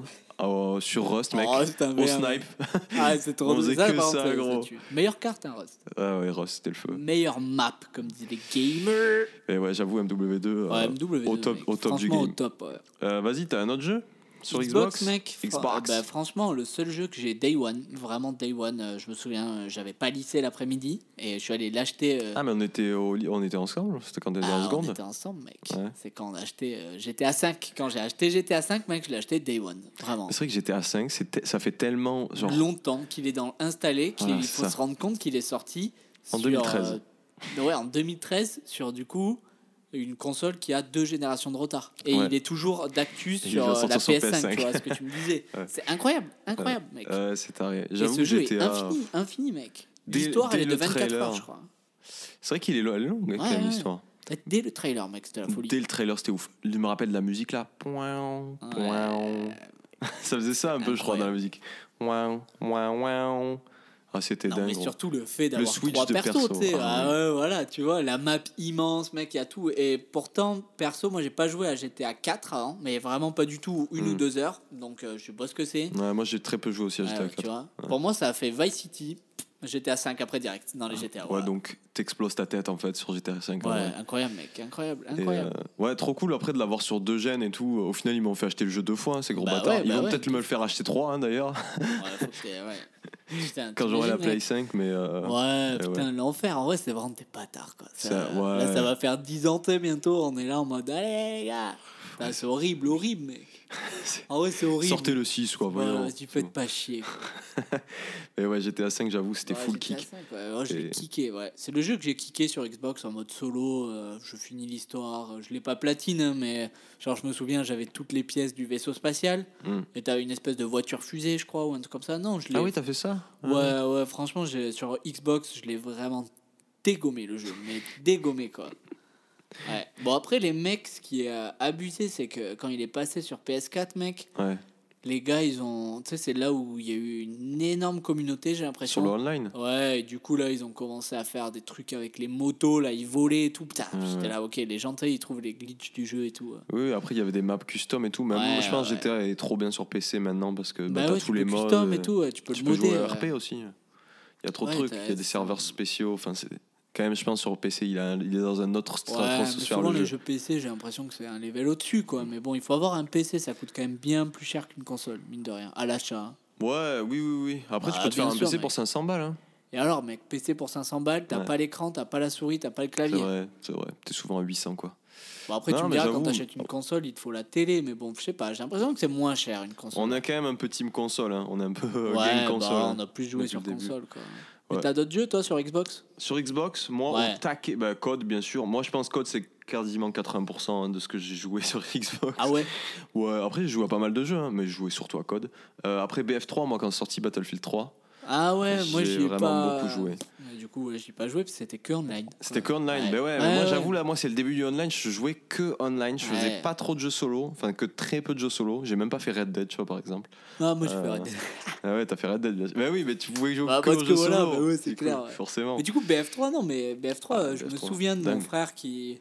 sur Rust, mec. Rust, un Au V1, snipe. Ah, c'est trop On faisait drôle. que par ça, contre, gros. tue. Meilleure carte, hein, Rust. Ah ouais, Rust, c'était le feu. Meilleure map, comme disent les gamers. Et ouais, j'avoue, MW2, Ouais, MW2, au top, mec. au top du Franchement, game. au top, ouais. Vas-y, t'as un autre jeu sur Xbox, Xbox, mec. Xbox. Bah, franchement, le seul jeu que j'ai Day One, vraiment Day One, je me souviens, j'avais pas lycée l'après-midi et je suis allé l'acheter. Ah, mais on était ensemble. C'était quand t'étais en on seconde. était ensemble, mec. Ouais. C'est quand on a acheté GTA 5. Quand j'ai acheté GTA 5, mec, je l'ai acheté Day One. Vraiment. C'est vrai que j'étais à 5, ça fait tellement genre Longtemps qu'il est installé, qu'il Voilà, faut ça. se rendre compte qu'il est sorti En 2013. Ouais, en 2013 sur du coup une console qui a 2 générations de retard et Ouais. il est toujours d'actu il sur vient sortir la sur PS5, PS5. tu vois ce que tu me disais. Ouais. C'est incroyable, mec. c'est taré. Et J'avoue ce que jeu est GTA. infini, mec. Dès- L'histoire dès elle est de le 24 trailer. heures, je crois. C'est vrai qu'il est long, quand Ouais, même, ouais. l'histoire. Dès le trailer, mec, c'était la folie. Dès le trailer, c'était ouf. Je me rappelle de la musique là. Pouin, pouin. Ça faisait ça un peu, je crois, dans la musique. Ouin, ouin, ouin. Ah, c'était Non, dingue. mais gros. surtout le fait d'avoir switch 3 de persos, perso. tu sais. Ah, Ah ouais. ouais, voilà, tu vois, la map immense, mec, il y a tout. Et pourtant, perso, moi, j'ai pas joué à GTA 4 avant, mais vraiment pas du tout, 1 ou 2 heures. Donc, je sais pas ce que c'est. Ouais, moi, j'ai très peu joué aussi à Ouais, GTA ouais, 4. tu vois. Pour moi, ça a fait Vice City, GTA 5 après direct, dans les GTA. Ouais, Voilà. donc t'exploses ta tête en fait sur GTA 5. Ouais, incroyable, mec, incroyable. Ouais, trop cool après de l'avoir sur 2 gènes et tout. Au final, ils m'ont fait acheter le jeu 2 fois, hein, ces gros Bah bâtards. ouais, Ils bah vont ouais. peut-être me le faire acheter 3 d'ailleurs, Ouais, faut que ouais. Putain, quand j'aurai la t'imagines, Play mec 5. Mais Ouais, putain, ouais. l'enfer. En vrai, c'est vraiment des bâtards, quoi. Ouais. Là, ça va faire 10 ans, bientôt. On est là en mode, allez, les gars. Putain, c'est horrible, mec. En vrai, c'est horrible. Sortez le 6, quoi. Voyons. Ouais, tu fais pas chier, quoi. Mais ouais, GTA 5, j'avoue, c'était Ouais, full GTA kick. 5, ouais. Ouais, je l'ai Et- kické, ouais. C'est le jeu que j'ai kické sur Xbox en mode solo. Je finis l'histoire. Je l'ai pas platine, hein, mais genre, je me souviens, j'avais toutes les pièces du vaisseau spatial. Mm. Et t'as une espèce de voiture fusée, je crois, ou un truc comme ça. Non, je l'ai. Ah oui, t'as fait ça? Ouais, ouais, franchement, sur Xbox, je l'ai vraiment dégommé le jeu, mais dégommé quoi. Ouais. Bon, après, les mecs, ce qui est abusé, c'est que quand il est passé sur PS4, mec, Ouais. les gars, ils ont. Tu sais, c'est là où il y a eu une énorme communauté, j'ai Sur l'impression. le online? Ouais, et du coup, là, ils ont commencé à faire des trucs avec les motos, là, ils volaient et tout. Putain, j'étais ouais. là, ok, les gens, tu sais, ils trouvent les glitches du jeu et tout. Oui, après, il y avait des maps custom et tout. Mais Ouais, moi, je pense que ouais. GTA est trop bien sur PC maintenant parce que Bah t'as ouais, tous tu les peux modes. custom et tout, ouais, tu peux Tu le peux modder. jouer à ouais. RP aussi. Il y a trop de Ouais, trucs. t'as- Il y a des serveurs spéciaux. Enfin, c'est quand même, je pense, sur PC, il est dans un autre Ouais, mais stratosphère souvent le les jeu. jeux PC, j'ai l'impression que c'est un level au-dessus, quoi. Mais bon, il faut avoir un PC, ça coûte quand même bien plus cher qu'une console, mine de rien, à l'achat. Hein. Ouais, oui. Après, Bah, tu peux te faire bien un sûr, PC mec. pour 500 balles. Hein. Et alors, mec, PC pour 500 balles, t'as Ouais. pas l'écran, t'as pas la souris, t'as pas le C'est clavier. vrai. T'es souvent à 800, quoi. Bon, après, Non, tu me mais diras, quand j'avoue- t'achètes une console, il te faut la télé, mais bon, je sais pas, j'ai l'impression que c'est moins cher une console. On a quand même un peu team console. Hein. On est un peu Ouais, game console. bah, hein, on a plus joué depuis sur le début. console, quoi. Mais Ouais. t'as d'autres jeux, toi, sur Xbox? Sur Xbox, moi, Ouais. au taquet, bah, Code, bien sûr. Moi, je pense Code, c'est quasiment 80% de ce que j'ai joué sur Xbox. Ah ouais? Ouais, après, j'ai joué à pas mal de jeux, hein, mais je jouais surtout à Code. Après BF3, moi, quand c'est sorti Battlefield 3, Ah ouais, moi j'ai j'y ai vraiment pas. beaucoup joué. Ouais, du coup, ouais, j'y ai pas joué parce que c'était que online. C'était que quoi. online. Ouais. Ben ouais, Ouais, mais moi, ouais. j'avoue, là, moi, c'est le début du online. Je jouais que online. Je faisais Ouais. pas trop de jeux solo. Enfin, que très peu de jeux solo. J'ai même pas fait Red Dead, tu vois, par exemple. Ah, moi je fais Euh, Red Dead. Ah ouais, t'as fait Red Dead, bien sûr. Ben oui, mais tu pouvais jouer Bah, que parce aux que jeux voilà, solo. bah ouais, c'est Du coup, clair, ouais. Forcément. Mais du coup, BF3, non, mais BF3, Ah, je me BF3, souviens de mon dingue. frère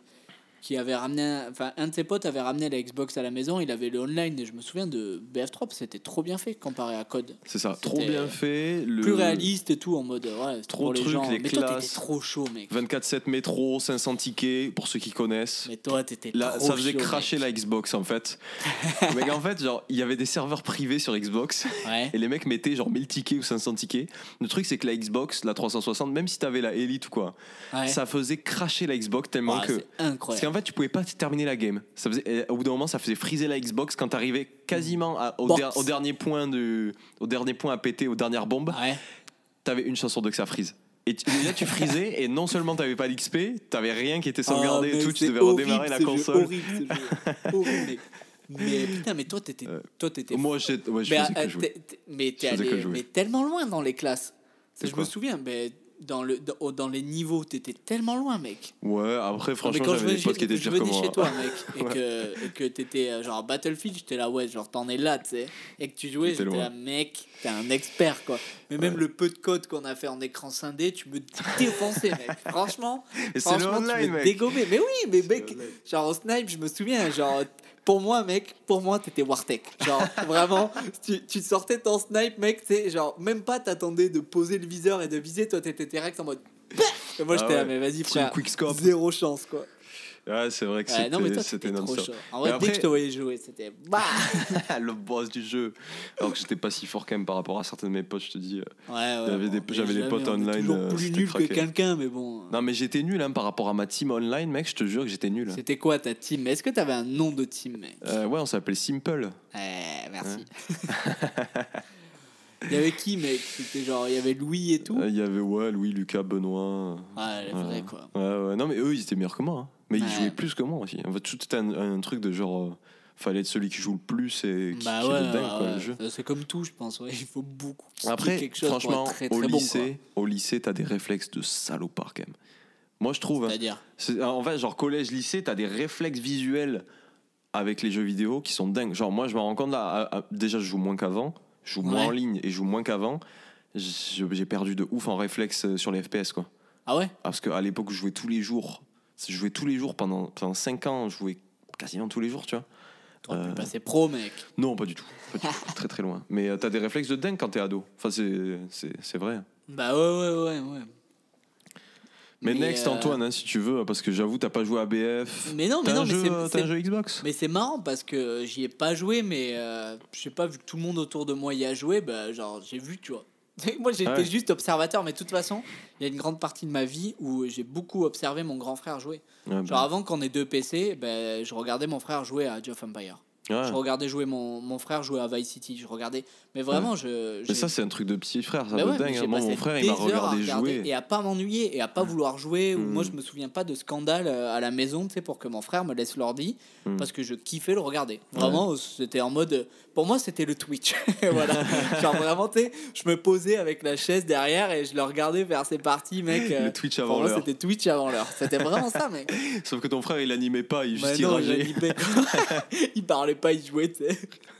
qui avait ramené. Enfin, un de ses potes avait ramené la Xbox à la maison, il avait le online, et je me souviens de BF3 parce que c'était trop bien fait comparé à Code. C'est ça, C'était trop bien fait. Plus réaliste et tout, en mode. Ouais, c'est Trop pour de les trucs, gens. les Mais toi, t'étais classes. trop chaud, mec. 24/7 métro, 500 tickets, pour ceux qui connaissent. Mais toi, t'étais Là, trop ça faisait chaud, cracher mec. la Xbox en fait. Mais en fait, genre, il y avait des serveurs privés sur Xbox Ouais. et les mecs mettaient genre 1000 tickets ou 500 tickets. Le truc, c'est que la Xbox, la 360, même si t'avais la Elite ou quoi, Ouais. ça faisait cracher la Xbox tellement Ouais, que. c'est Parce incroyable. qu'en fait, tu pouvais pas terminer la game. Ça faisait, et au bout d'un moment, ça faisait friser la Xbox quand t'arrivais quasiment Box. au dernier point à péter, aux dernières bombes. Ouais. T'avais une chance sur deux que ça frise. Et là, tu frisais, et non seulement t'avais pas l'XP, t'avais rien qui était sauvegardé et tout, tu devais horrible, redémarrer la ce jeu, console. horrible ce jeu. Horrible, mec. Mais putain, mais toi, t'étais. Moi, je faisais que jouer. Mais t'es Je faisais que allé jouer. mais tellement loin dans les classes. C'est Je quoi me souviens, mais dans les niveaux, t'étais tellement loin, mec. Ouais, après, Non, mais franchement, quand j'avais des potes qui étaient je pires venais que moi. chez toi, mec, et Ouais. que t'étais genre Battlefield, j'étais là, ouais, genre t'en es là, tu sais, et que tu jouais, J'étais j'étais loin. là, mec, t'es un expert, quoi. Mais même le peu de code qu'on a fait en écran scindé, tu me défonçais, mec. Franchement, Et c'est le franchement, tu online, me mec. dégommais. Mais oui, mais mec, le online. genre au snipe, je me souviens, genre. Pour moi, mec, t'étais Wartech. Genre, vraiment, tu sortais ton snipe, mec, tu sais, genre, même pas t'attendais de poser le viseur et de viser, toi, t'étais direct en mode. Et moi, Ah j'étais là, ouais. mais vas-y, Team frère. Quickscope. Zéro chance, quoi. Ouais, c'est vrai que Ouais, non, mais toi, c'était t'étais trop non-stop. chaud. En vrai, Mais dès que après- je te voyais jouer, c'était. Bah Le boss du jeu. Alors que j'étais pas si fort quand même par rapport à certains de mes potes, je te dis. Ouais, J'avais des potes online, toujours plus c'était nul que craqué. quelqu'un, mais bon. Non, mais j'étais nul hein, par rapport à ma team online, mec, je te jure que j'étais nul. C'était quoi ta team? Est-ce que t'avais un nom de team, mec? Ouais, on s'appelait Simple. Merci. Il y avait qui, mec? C'était genre, il y avait Louis et tout. Il y avait Louis, Lucas, Benoît. Ouais, les vrais, quoi. Ouais. Non, mais eux, ils étaient meilleurs que moi. Hein. Mais ils Ouais. jouaient plus que moi aussi. En fait, tout était un truc de genre. Fallait être celui qui joue le plus et qui Bah est ouais, le dingue, quoi, le jeu. c'est comme tout, je pense. Ouais. Il faut beaucoup Après, quelque chose franchement, pour être très, très au bon, lycée, t'as des réflexes de salopard quand même. Moi, je trouve. quoi. Hein, C'est-à-dire. en fait, genre collège-lycée, t'as des réflexes visuels avec les jeux vidéo qui sont dingues. Genre, moi, je me rends compte là, déjà, je joue moins qu'avant, je joue moins Ouais. en ligne et je joue moins qu'avant. J'ai perdu de ouf en réflexe sur les FPS, quoi. Ah ouais? Parce qu'à l'époque, je jouais tous les jours. Je jouais tous les jours pendant 5 ans, je jouais quasiment tous les jours, tu vois. T'aurais pu passer pro, mec. Non, pas du tout. Très très loin. Mais t'as des réflexes de dingue quand t'es ado. Enfin, c'est vrai. Bah ouais. Mais next, Antoine, hein, si tu veux, parce que j'avoue, t'as pas joué à BF. Mais non, T'as un mais jeu, c'est t'as un jeu Xbox. Mais c'est marrant parce que j'y ai pas joué, mais je sais pas, vu que tout le monde autour de moi y a joué, bah genre j'ai vu, tu vois. Moi j'étais Ouais. juste observateur, mais de toute façon, il y a une grande partie de ma vie où j'ai beaucoup observé mon grand frère jouer. Ouais, Genre avant qu'on ait 2 PC, bah, je regardais mon frère jouer à Age of Empire. ouais. Je regardais jouer mon frère jouer à Vice City. Je regardais, mais vraiment, Mais ça, c'est un truc de petit frère, ça bah de ouais, mais dingue. j'ai Hein. Moi, passé mon frère, il des m'a heures à regardé regarder jouer. et à pas m'ennuyer et à pas vouloir jouer. Ou Mm. moi, je me souviens pas de scandale à la maison, tu sais, pour que mon frère me laisse l'ordi parce que je kiffais le regarder. Vraiment, c'était en mode. Pour moi, c'était le Twitch. Voilà. Genre vraiment, tu sais, je me posais avec la chaise derrière et je le regardais faire ses parties, mec. Le Twitch Pour avant moi, l'heure. c'était Twitch avant l'heure. C'était vraiment ça, mec. Sauf que ton frère, il animait pas, il Bah juste non, rageait. j'animais. Il parlait pas, il jouait, tu sais.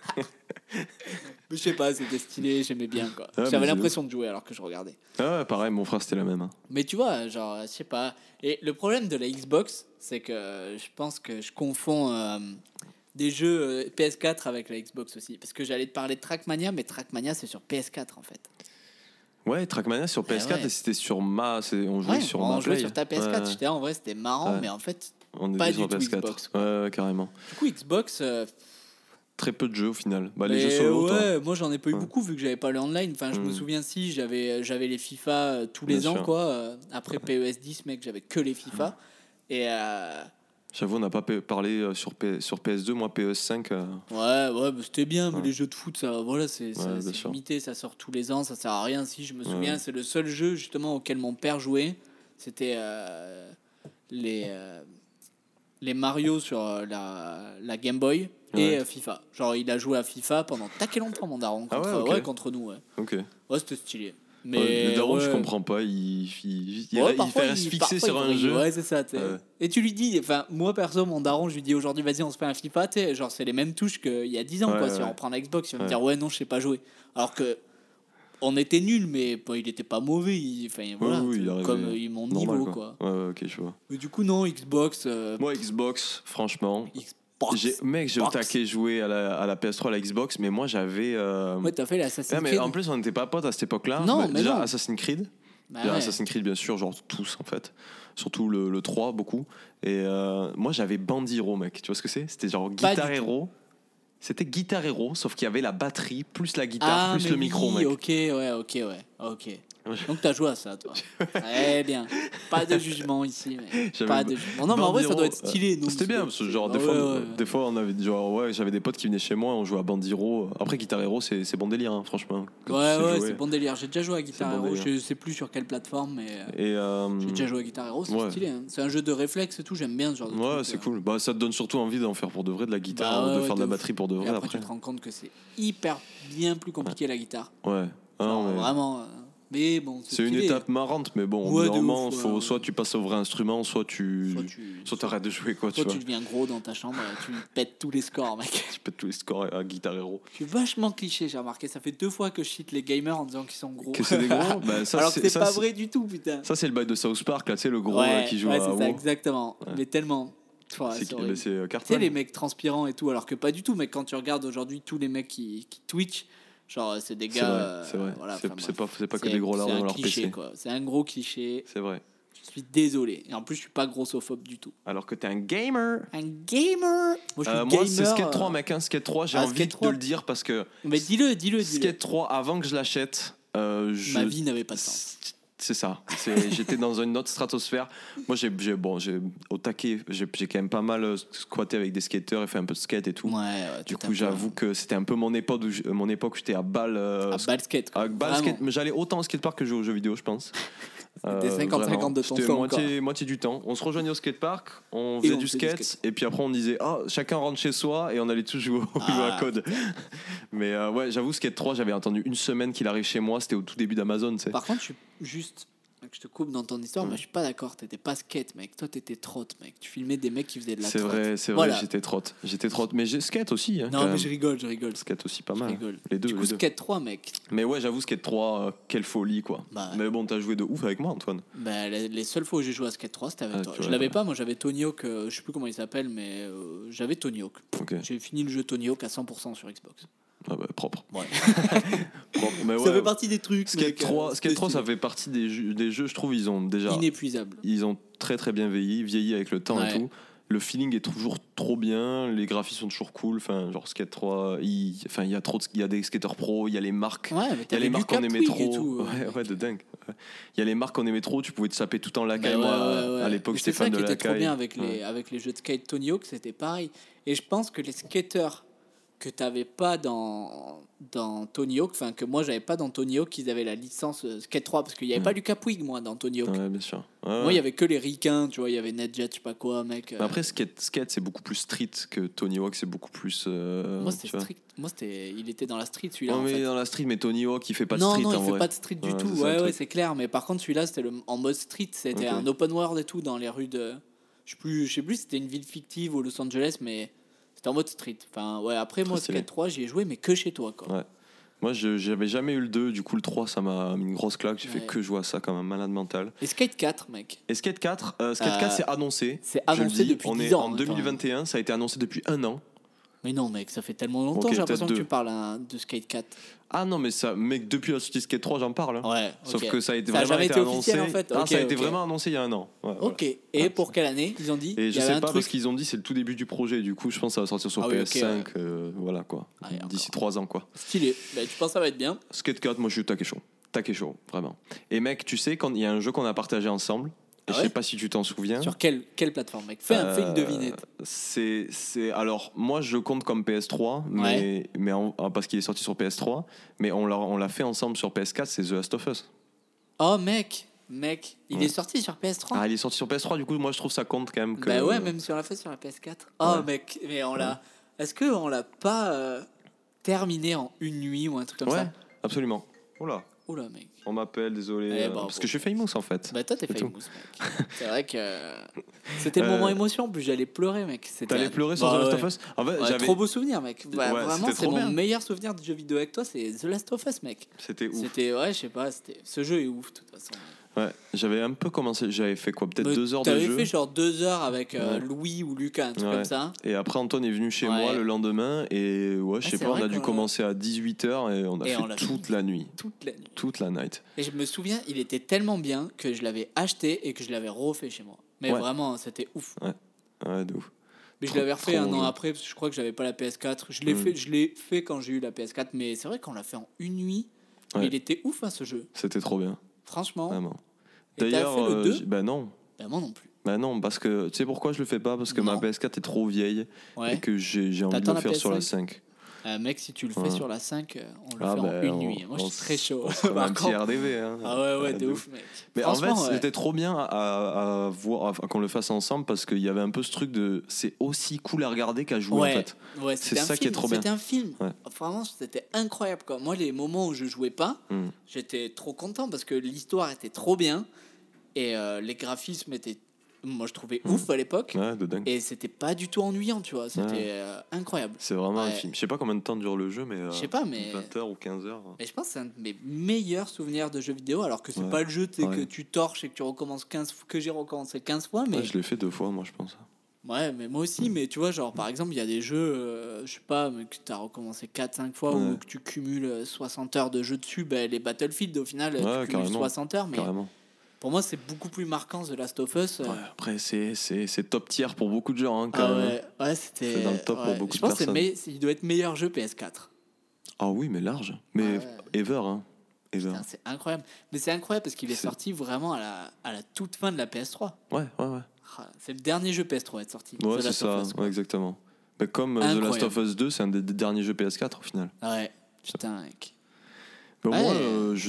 Mais je sais pas, c'était stylé, j'aimais bien, quoi. Ah, mais J'avais c'est l'impression de jouer alors que je regardais. Ah ouais, pareil, mon frère, c'était la même. Hein. Mais tu vois, genre, je sais pas. Et le problème de la Xbox, c'est que je pense que je confonds des jeux PS4 avec la Xbox aussi. Parce que j'allais te parler de Trackmania, mais Trackmania, c'est sur PS4 en fait. Ouais, Trackmania sur PS4 ouais. et c'était sur on jouait Ouais, sur on ma jouait Play. sur ta PS4. Ouais, J'étais en vrai, c'était marrant, Ouais. mais en fait, on pas était sur du tout PS4. Xbox, quoi. Ouais, carrément. du coup, Xbox. Très peu de jeux au final. Bah, les Mais jeux solo, toi. ouais, moi j'en ai pas eu Ouais. beaucoup vu que j'avais pas le online. Enfin, je me souviens si j'avais les FIFA tous les Bien ans sûr. quoi. Après PES 10, mec, j'avais que les FIFA. Et J'avoue, on n'a pas parlé sur PS2, moi PS5. ouais, bah, c'était bien, mais Ouais. les jeux de foot, ça, voilà, c'est bien c'est sûr. limité, ça sort tous les ans, ça sert à rien. Si je me souviens, Ouais. c'est le seul jeu justement auquel mon père jouait. C'était les Mario sur la Game Boy et Ouais. FIFA. Genre, il a joué à FIFA pendant taquet longtemps, mon daron, Ah contre, ouais, ok. contre nous. Ouais, Ok. ouais c'était stylé. Mais Le daron, je ouais. comprends pas. Il Ouais, fait parfois, reste fixé parfois, sur il un vrille. jeu. Ouais, c'est ça. Tu sais. Ouais. Et tu lui dis, enfin, moi perso, mon daron, je lui dis aujourd'hui, vas-y, on se fait un FIFA. Tu sais, genre, c'est les mêmes touches qu'il y a 10 ans, Ouais, quoi. ouais. Si on prend la Xbox, il va me Ouais. dire, ouais, non, je sais pas jouer. Alors que on était nuls, mais bon, il était pas mauvais. Enfin, voilà, oui, tu sais, il arrivait comme mon normal, niveau, quoi. Ouais, ok, je vois. Mais du coup, non, Xbox. Moi, Xbox, franchement. Xbox. J'ai au taquet joué à la PS3, à la Xbox, mais moi j'avais. Ouais, t'as fait l'Assassin's Ouais, mais Creed. en plus, on n'était pas potes à cette époque-là. Non, Bah, mais déjà, non. Assassin's Creed. Bah Déjà, ouais. Assassin's Creed, bien sûr, genre tous en fait. Surtout le 3, beaucoup. Et moi, j'avais Bandiro, mec. Tu vois ce que c'est? C'était genre Pas Guitar du tout. Hero. C'était Guitar Hero, sauf qu'il y avait la batterie, plus la guitare, plus mais le micro, oui, mec. ok. Donc t'as joué à ça, toi. Très bien. Pas de jugement ici, mais J'avais pas le- de jugement. Non, mais en vrai, ça doit être stylé. Donc, C'était bien, parce que genre, Ah des fois, on avait, genre, ouais, j'avais des potes qui venaient chez moi, on jouait à Bandiro. Après, Guitar Hero, c'est bon délire, hein, franchement. Quand tu sais jouer. c'est bon délire. J'ai déjà joué à Guitar C'est bon Hero. délire. Je sais plus sur quelle plateforme, mais Et, j'ai déjà joué à Guitar Hero. C'est ouais. stylé. Hein. C'est un jeu de réflexe et tout. J'aime bien ce genre de truc. Ouais, c'est cool. Bah, ça te donne surtout envie d'en faire pour de vrai, de la guitare, Bah, de ouais, faire de la ouf. batterie pour de Et vrai après, après. tu te rends compte que c'est hyper bien plus compliqué la guitare. Ouais. Ah, Genre, mais vraiment. Mais bon, c'est une stylé. étape marrante, mais bon, Ouais, de normalement, ouf, faut, ouais. soit tu passes au vrai instrument, soit t'arrêtes de jouer, quoi, tu Toi, vois. tu deviens gros dans ta chambre et tu pètes tous les scores, mec. Tu pètes tous les scores à Guitar Hero. Je suis vachement cliché, j'ai remarqué. Ça fait 2 fois que je cite les gamers en disant qu'ils sont gros. Que c'est des gros bah, ça, Alors que c'est ça, pas vrai du tout, putain. Ça, c'est le bail de South Park, là, tu sais, le gros là, qui joue ouais, à c'est ça, WoW. exactement. Mais tellement. Ouais, C'est horrible. Tu sais, Cartman. les mecs transpirants et tout, alors que pas du tout, mais quand tu regardes aujourd'hui tous les mecs qui Twitch, genre, c'est des gars. C'est vrai. Voilà, C'est pas que des gros lards dans leur cliché, PC. quoi. C'est un gros cliché. C'est vrai. Je suis désolé. Et en plus, je suis pas grossophobe du tout. Alors que t'es un gamer. Un gamer. Moi, je suis Moi, gamer. c'est Skate 3, mec. Hein. Skate 3, j'ai envie Skate de 3. le dire parce que. Mais dis-le. Skate 3, avant que je l'achète, Ma vie n'avait pas de sens. C'est ça. J'étais dans une autre stratosphère. Moi, au taquet, j'ai quand même pas mal squatté avec des skateurs et fait un peu de skate et tout. Ouais, Du coup, j'avoue que c'était un peu mon époque où j'étais à balle. à balle skate. Quoi. À balle skate. Mais j'allais autant au skatepark que jouer aux jeux vidéo, je pense. C'était 50-50 de ton temps. C'était moitié du temps. On se rejoignait au skatepark, on faisait du skate, et puis après on disait chacun rentre chez soi et on allait tous jouer à code. Mais ouais, j'avoue, Skate 3, j'avais attendu une semaine qu'il arrive chez moi, c'était au tout début d'Amazon. Par contre, je suis juste. Je te coupe dans ton histoire, mais je suis pas d'accord. T'étais pas skate, mec. Toi, t'étais trotte, mec. Tu filmais des mecs qui faisaient de la trotte. C'est vrai, j'étais trotte. Mais j'ai skate aussi. Hein, non, mais je rigole. Skate aussi pas mal. Rigole. Les deux. Du coup, skate 3, mec. Mais ouais, j'avoue, Skate 3, quelle folie, quoi. Bah, mais bon, t'as joué de ouf avec moi, Antoine. Bah, les seules fois où j'ai joué à Skate 3, c'était avec toi. Je l'avais pas, moi j'avais Tony Hawk, je sais plus comment il s'appelle, mais j'avais Tony Hawk. Okay. J'ai fini le jeu Tony Hawk à 100% sur Xbox. Ah bah, propre. Ouais. Propre. Mais ça fait partie des trucs. Skate 3, ça fait partie des jeux, je trouve, ils ont déjà. Inépuisable. Ils ont très très bien vieilli avec le temps et tout. Le feeling est toujours trop bien, les graphismes sont toujours cool. Enfin, genre Skate 3, il y a des skateurs pro, il y a les marques. Ouais, il y a les marques qu'on aimait trop. Tout, ouais, de dingue. Il y a les marques qu'on aimait trop, tu pouvais te saper tout en lacaille. Moi, à l'époque, j'étais fan de lacaille. C'est ça qui était trop bien avec les jeux de skate Tony Hawk, c'était pareil. Et je pense que les skateurs que t'avais pas dans Tony Hawk, enfin que moi j'avais pas dans Tony Hawk, ils avaient la licence Skate 3 parce qu'il y avait pas Lucas Puig moi dans Tony Hawk. Ouais, bien sûr. Moi il y avait que les ricains, tu vois, il y avait NetJet, je sais pas quoi, mec. Après skate c'est beaucoup plus street que Tony Hawk, c'est beaucoup plus. Moi c'était strict. Moi il était dans la street celui-là. Non, mais en fait. Dans la street, mais Tony Hawk il fait pas de non, street. Non, il fait pas de street du tout. Ouais, c'est clair. Mais par contre celui-là c'était en mode street, c'était un open world et tout dans les rues de. Je sais plus, c'était une ville fictive au Los Angeles, mais c'était en mode street. Enfin, ouais, après, moi, Skate 3, j'y ai joué, mais que chez toi, quoi. Ouais. Moi, j'avais jamais eu le 2, du coup, le 3, ça m'a mis une grosse claque. J'ai fait que jouer à ça comme un malade mental. Et Skate 4, mec. Et Skate 4, c'est annoncé. C'est annoncé depuis 10 ans. On est en 2021, ça a été annoncé depuis 1 an. Mais non, mec, ça fait tellement longtemps, j'ai l'impression que tu parles de Skate 4. Ah non, mais mec, depuis la sortie de Skate 3, j'en parle. Hein. Ouais. Sauf que ça a jamais vraiment été annoncé. officiel, en fait. Ça a été vraiment annoncé il y a 1 an. Ouais, ok. Et pour quelle année ils ont dit? Et je sais pas parce qu'ils ont dit c'est le tout début du projet. Du coup, je pense que ça va sortir sur PS5. Voilà quoi. D'ici 3 ans quoi. Stylé. Bah, tu penses que ça va être bien? Skate 4, moi je suis taquet chaud, vraiment. Et mec, tu sais, quand il y a un jeu qu'on a partagé ensemble. Je sais pas si tu t'en souviens. Sur quelle plateforme, mec? Fais une devinette. Alors, moi, je le compte comme PS3, mais parce qu'il est sorti sur PS3, mais on l'a fait ensemble sur PS4, c'est The Last of Us. Oh, mec, il est sorti sur PS3. Ah, il est sorti sur PS3, du coup, moi, je trouve ça compte quand même. Bah ouais, même si on l'a fait sur la PS4. Oh, mec, mais on l'a... Est-ce qu'on l'a pas terminé en une nuit ou un truc comme ça? Ouais, absolument. Oula, mec. On m'appelle, désolé. Parce que je suis famous en fait. Bah toi t'es famous, mec. C'est vrai que c'était le moment émotion, en plus j'allais pleurer, mec. T'allais pleurer sur The Last of Us? En fait, j'avais trop beau souvenir, mec. Vraiment, c'est mon meilleur souvenir de jeu vidéo avec toi, c'est The Last of Us, mec. C'était ouf. Je sais pas, ce jeu est ouf de toute façon. Ouais, j'avais un peu commencé, j'avais fait quoi, peut-être 2 heures de jeu. T'avais fait genre 2 heures avec Louis ou Lucas, un truc comme ça. Et après Antoine est venu chez moi le lendemain et je sais pas, on a dû commencer à 18h et on a fait toute la nuit. Toute la night. Et je me souviens, il était tellement bien que je l'avais acheté et que je l'avais refait chez moi. Mais vraiment, c'était ouf. Ouais, de ouf. Mais je l'avais refait 1 an après parce que je crois que j'avais pas la PS4. Je l'ai fait quand j'ai eu la PS4, mais c'est vrai qu'on l'a fait en une nuit. Mais il était ouf, ce jeu. C'était trop bien. Franchement. Vraiment. Et t'as D'ailleurs, fait le 2 bah non. Ben moi non plus. Bah non, parce que tu sais pourquoi je le fais pas? Parce que Non. ma PS4 est trop vieille Ouais. et que j'ai envie de T'attends le la faire sur la PS5? 5. Mec, si tu le fais Ouais. sur la 5, on le Ah fait bah, en une nuit. Moi, je suis très chaud. On se remet Par un petit contre- RDV. Hein. Ah ouais, de ouf, mec. Mais en fait, Franchement, ouais. c'était trop bien à voir, qu'on le fasse ensemble parce qu'il y avait un peu ce truc de c'est aussi cool à regarder qu'à jouer en fait. Ouais, C'est c'était un ça qui film. est trop bien. C'était un film. Ouais. Vraiment, c'était incroyable, quoi. Moi, les moments où je jouais pas, Mm. j'étais trop content parce que l'histoire était trop bien et les graphismes étaient, moi, je trouvais ouf à l'époque. Ouais, de dingue. Et c'était pas du tout ennuyant, tu vois. C'était incroyable. C'est vraiment un Ouais. film. Je sais pas combien de temps dure le jeu, mais. Je sais pas, mais- 20 heures ou 15 heures. Mais je pense que c'est un de mes meilleurs souvenirs de jeux vidéo, alors que c'est Ouais. pas le jeu tu sais, Ouais. que tu torches et que tu recommences 15 que j'ai recommencé 15 fois, mais Ouais, je l'ai fait 2 fois, moi, je pense. ouais, mais moi aussi, mais tu vois, genre par exemple, il y a des jeux, je sais pas, mais que tu as recommencé 4-5 fois Ouais. ou que tu cumules 60 heures de jeu dessus, ben, les Battlefield au final, tu cumules carrément. 60 heures, mais Carrément. pour moi, c'est beaucoup plus marquant The Last of Us. Ouais, après, c'est top tier pour beaucoup de gens. Hein, quand Ah même. ouais, c'était. C'est dans le top pour beaucoup je de pense que personnes. il doit être meilleur jeu PS4. Ah oui, mais large. Mais Ouais. ever. Hein. Ever. Putain, c'est incroyable. Mais c'est incroyable parce qu'il est C'est- sorti vraiment à la toute fin de la PS3. Ouais. Ah, c'est le dernier jeu PS3 à être sorti. Ouais, The c'est Last ça. of Us, quoi. Ouais, exactement. Mais comme The Incroyable. Last of Us 2, c'est un des derniers jeux PS4 au final. Ouais, putain, mec. Mais Ouais. moi,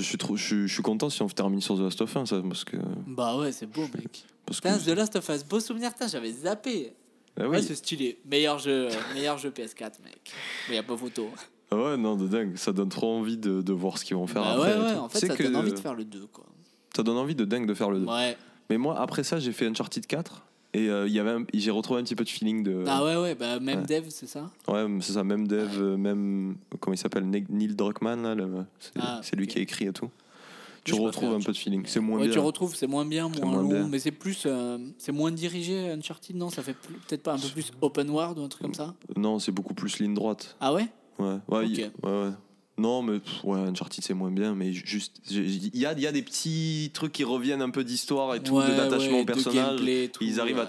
je suis content si on termine sur The Last of Us, ça, parce que. Bah ouais, c'est beau, mec. Parce Putain, que The Last of Us, beau souvenir, putain, j'avais zappé. Ah Ouais, oui. c'est stylé. Meilleur jeu PS4, mec. Mais y a pas photo. Ah ouais, non, de dingue. Ça donne trop envie de voir ce qu'ils vont faire Bah après. ouais, et tout. en fait, Tu sais ça que donne envie de faire le 2, quoi. Ça donne envie de dingue de faire le 2. Ouais. Mais moi, après ça, j'ai fait Uncharted 4 et j'ai retrouvé un petit peu de feeling de. Ah ouais, bah même Ouais. dev, c'est ça? Ouais, c'est ça, même dev, même. Comment il s'appelle? Neil Druckmann, là, c'est lui ok. qui a écrit et tout. Tu J'ai pas retrouves fait un peu de feeling. C'est moins Ouais, bien. tu retrouves, c'est moins bien, C'est moins moins long, bien. mais c'est plus. C'est moins dirigé, Uncharted, non? Ça fait peut-être pas un peu plus open world ou un truc comme ça? Non, c'est beaucoup plus ligne droite. Ah ouais? Ouais. Ok. Ouais. Non, mais ouais, Uncharted c'est moins bien, mais juste. Il y a des petits trucs qui reviennent un peu d'histoire et tout, d'attachement au personnage. gameplay, tout, Ils arrivent à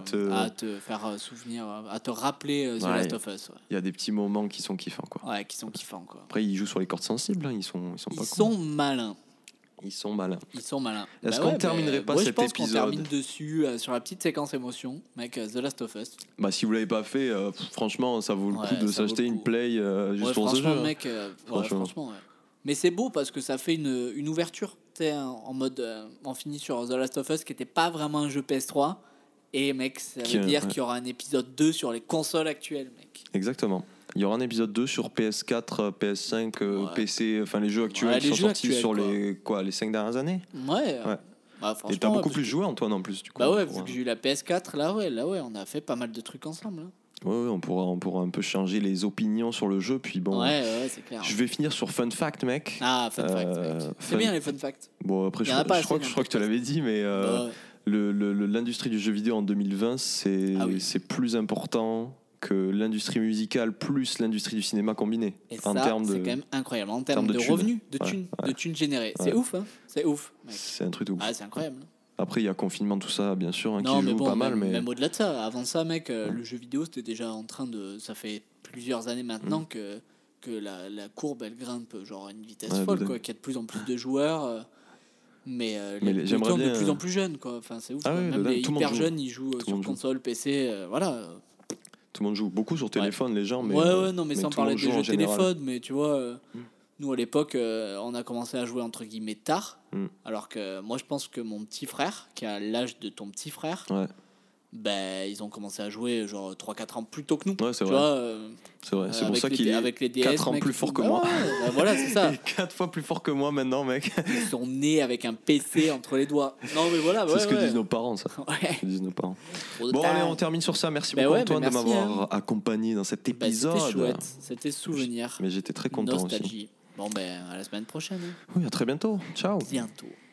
te faire souvenir, à te rappeler The Ouais. Last of Us. Ouais. Il y a des petits moments qui sont kiffants, quoi. Ouais, qui sont kiffants, quoi. Après, ils jouent sur les cordes sensibles, hein, ils sont Ils pas sont cons. malins. Ils sont malins. Ils sont malins. Est-ce qu'on terminerait pas cet je pense qu'on épisode termine dessus, sur la petite séquence émotion, mec, The Last of Us. Bah, si vous l'avez pas fait, franchement, ça vaut le Ouais, coup de ça vaut s'acheter le une coup. Play juste Ouais, pour ce jeu. franchement, hein. mec, Franchement. ouais. Mais c'est beau parce que ça fait une ouverture, tu sais, en mode, on finit sur The Last of Us qui était pas vraiment un jeu PS3. Et mec, ça Qui, veut dire ouais. qu'il y aura un épisode 2 sur les consoles actuelles, mec. Exactement. Il y aura un épisode 2 sur PS4, PS5, Ouais. PC, enfin les jeux actuels Ouais, qui les sont jeux sortis actuels, sur les 5 dernières années. Ouais. Ouais. Bah, franchement, Et t'as beaucoup parce plus que- joué, Antoine, en plus, du coup. Bah ouais, on vu pourra- que j'ai eu la PS4, là ouais, on a fait pas mal de trucs ensemble. Hein. Ouais, on pourra un peu changer les opinions sur le jeu, puis bon. Ouais, c'est clair. Je vais finir sur Fun Fact, mec. Ah, fun fact, mec. C'est fun- bien les fun facts. Bon, après, Il y en a pas je crois assez que dans je te l'avais dit, mais Bah ouais. l'industrie du jeu vidéo en 2020, Ah oui. c'est plus important que l'industrie musicale plus l'industrie du cinéma combinée. Et en ça, termes c'est de, quand même incroyable. En termes de thunes. revenus, de Ouais, thunes, ouais. de thunes générées. Ouais. C'est ouf, hein. C'est ouf, mec. c'est un truc de ouf. Ah, c'est incroyable. Après, il y a confinement, tout ça, bien sûr, hein, Non, qui mais joue bon, pas mal, mais même au-delà de ça, avant ça, mec, le jeu vidéo, c'était déjà en train de. Ça fait plusieurs années maintenant Mm. que la courbe, elle grimpe genre à une vitesse Ouais, folle, de quoi. Qu'il y a de plus en plus de joueurs. Mais j'aimerais de bien, plus en plus jeunes, quoi. Enfin, c'est ouf. Ah quoi. ouais, Même de les dingue, tout le monde hyper joue. jeunes, ils jouent Tout le sur monde joue. console, PC, voilà. tout le monde joue beaucoup sur téléphone, les gens. Mais, ouais, non, mais sans tout le parler monde des joue en jeux général. téléphone, mais tu vois, Mm. nous à l'époque, on a commencé à jouer entre guillemets tard, Mm. alors que moi je pense que mon petit frère, qui a l'âge de ton petit frère, Ouais, ben ils ont commencé à jouer genre 3-4 ans plus tôt que nous. ouais, c'est Tu vrai. vois, C'est vrai. C'est pour avec ça les qu'il D- est avec les DS, 4 ans mec, plus ils fort sont- que bah moi. ouais, bah voilà, c'est ça. Il est 4 fois plus fort que moi maintenant, mec. Ils sont nés avec un PC entre les doigts. Non, mais voilà, C'est ouais, ce que ouais. disent nos parents, ça. Ouais. C'est ce que disent nos parents. Trop de Bon, temps. allez, on termine sur ça. Merci Bah beaucoup, ouais, Antoine, bah de merci, m'avoir accompagné dans cet Bah, épisode. c'était chouette, c'était souvenir. Mais j'étais très content aussi. Nostalgie. Bon, ben à la semaine prochaine. Hein. Oui, à très bientôt. Ciao. Bientôt.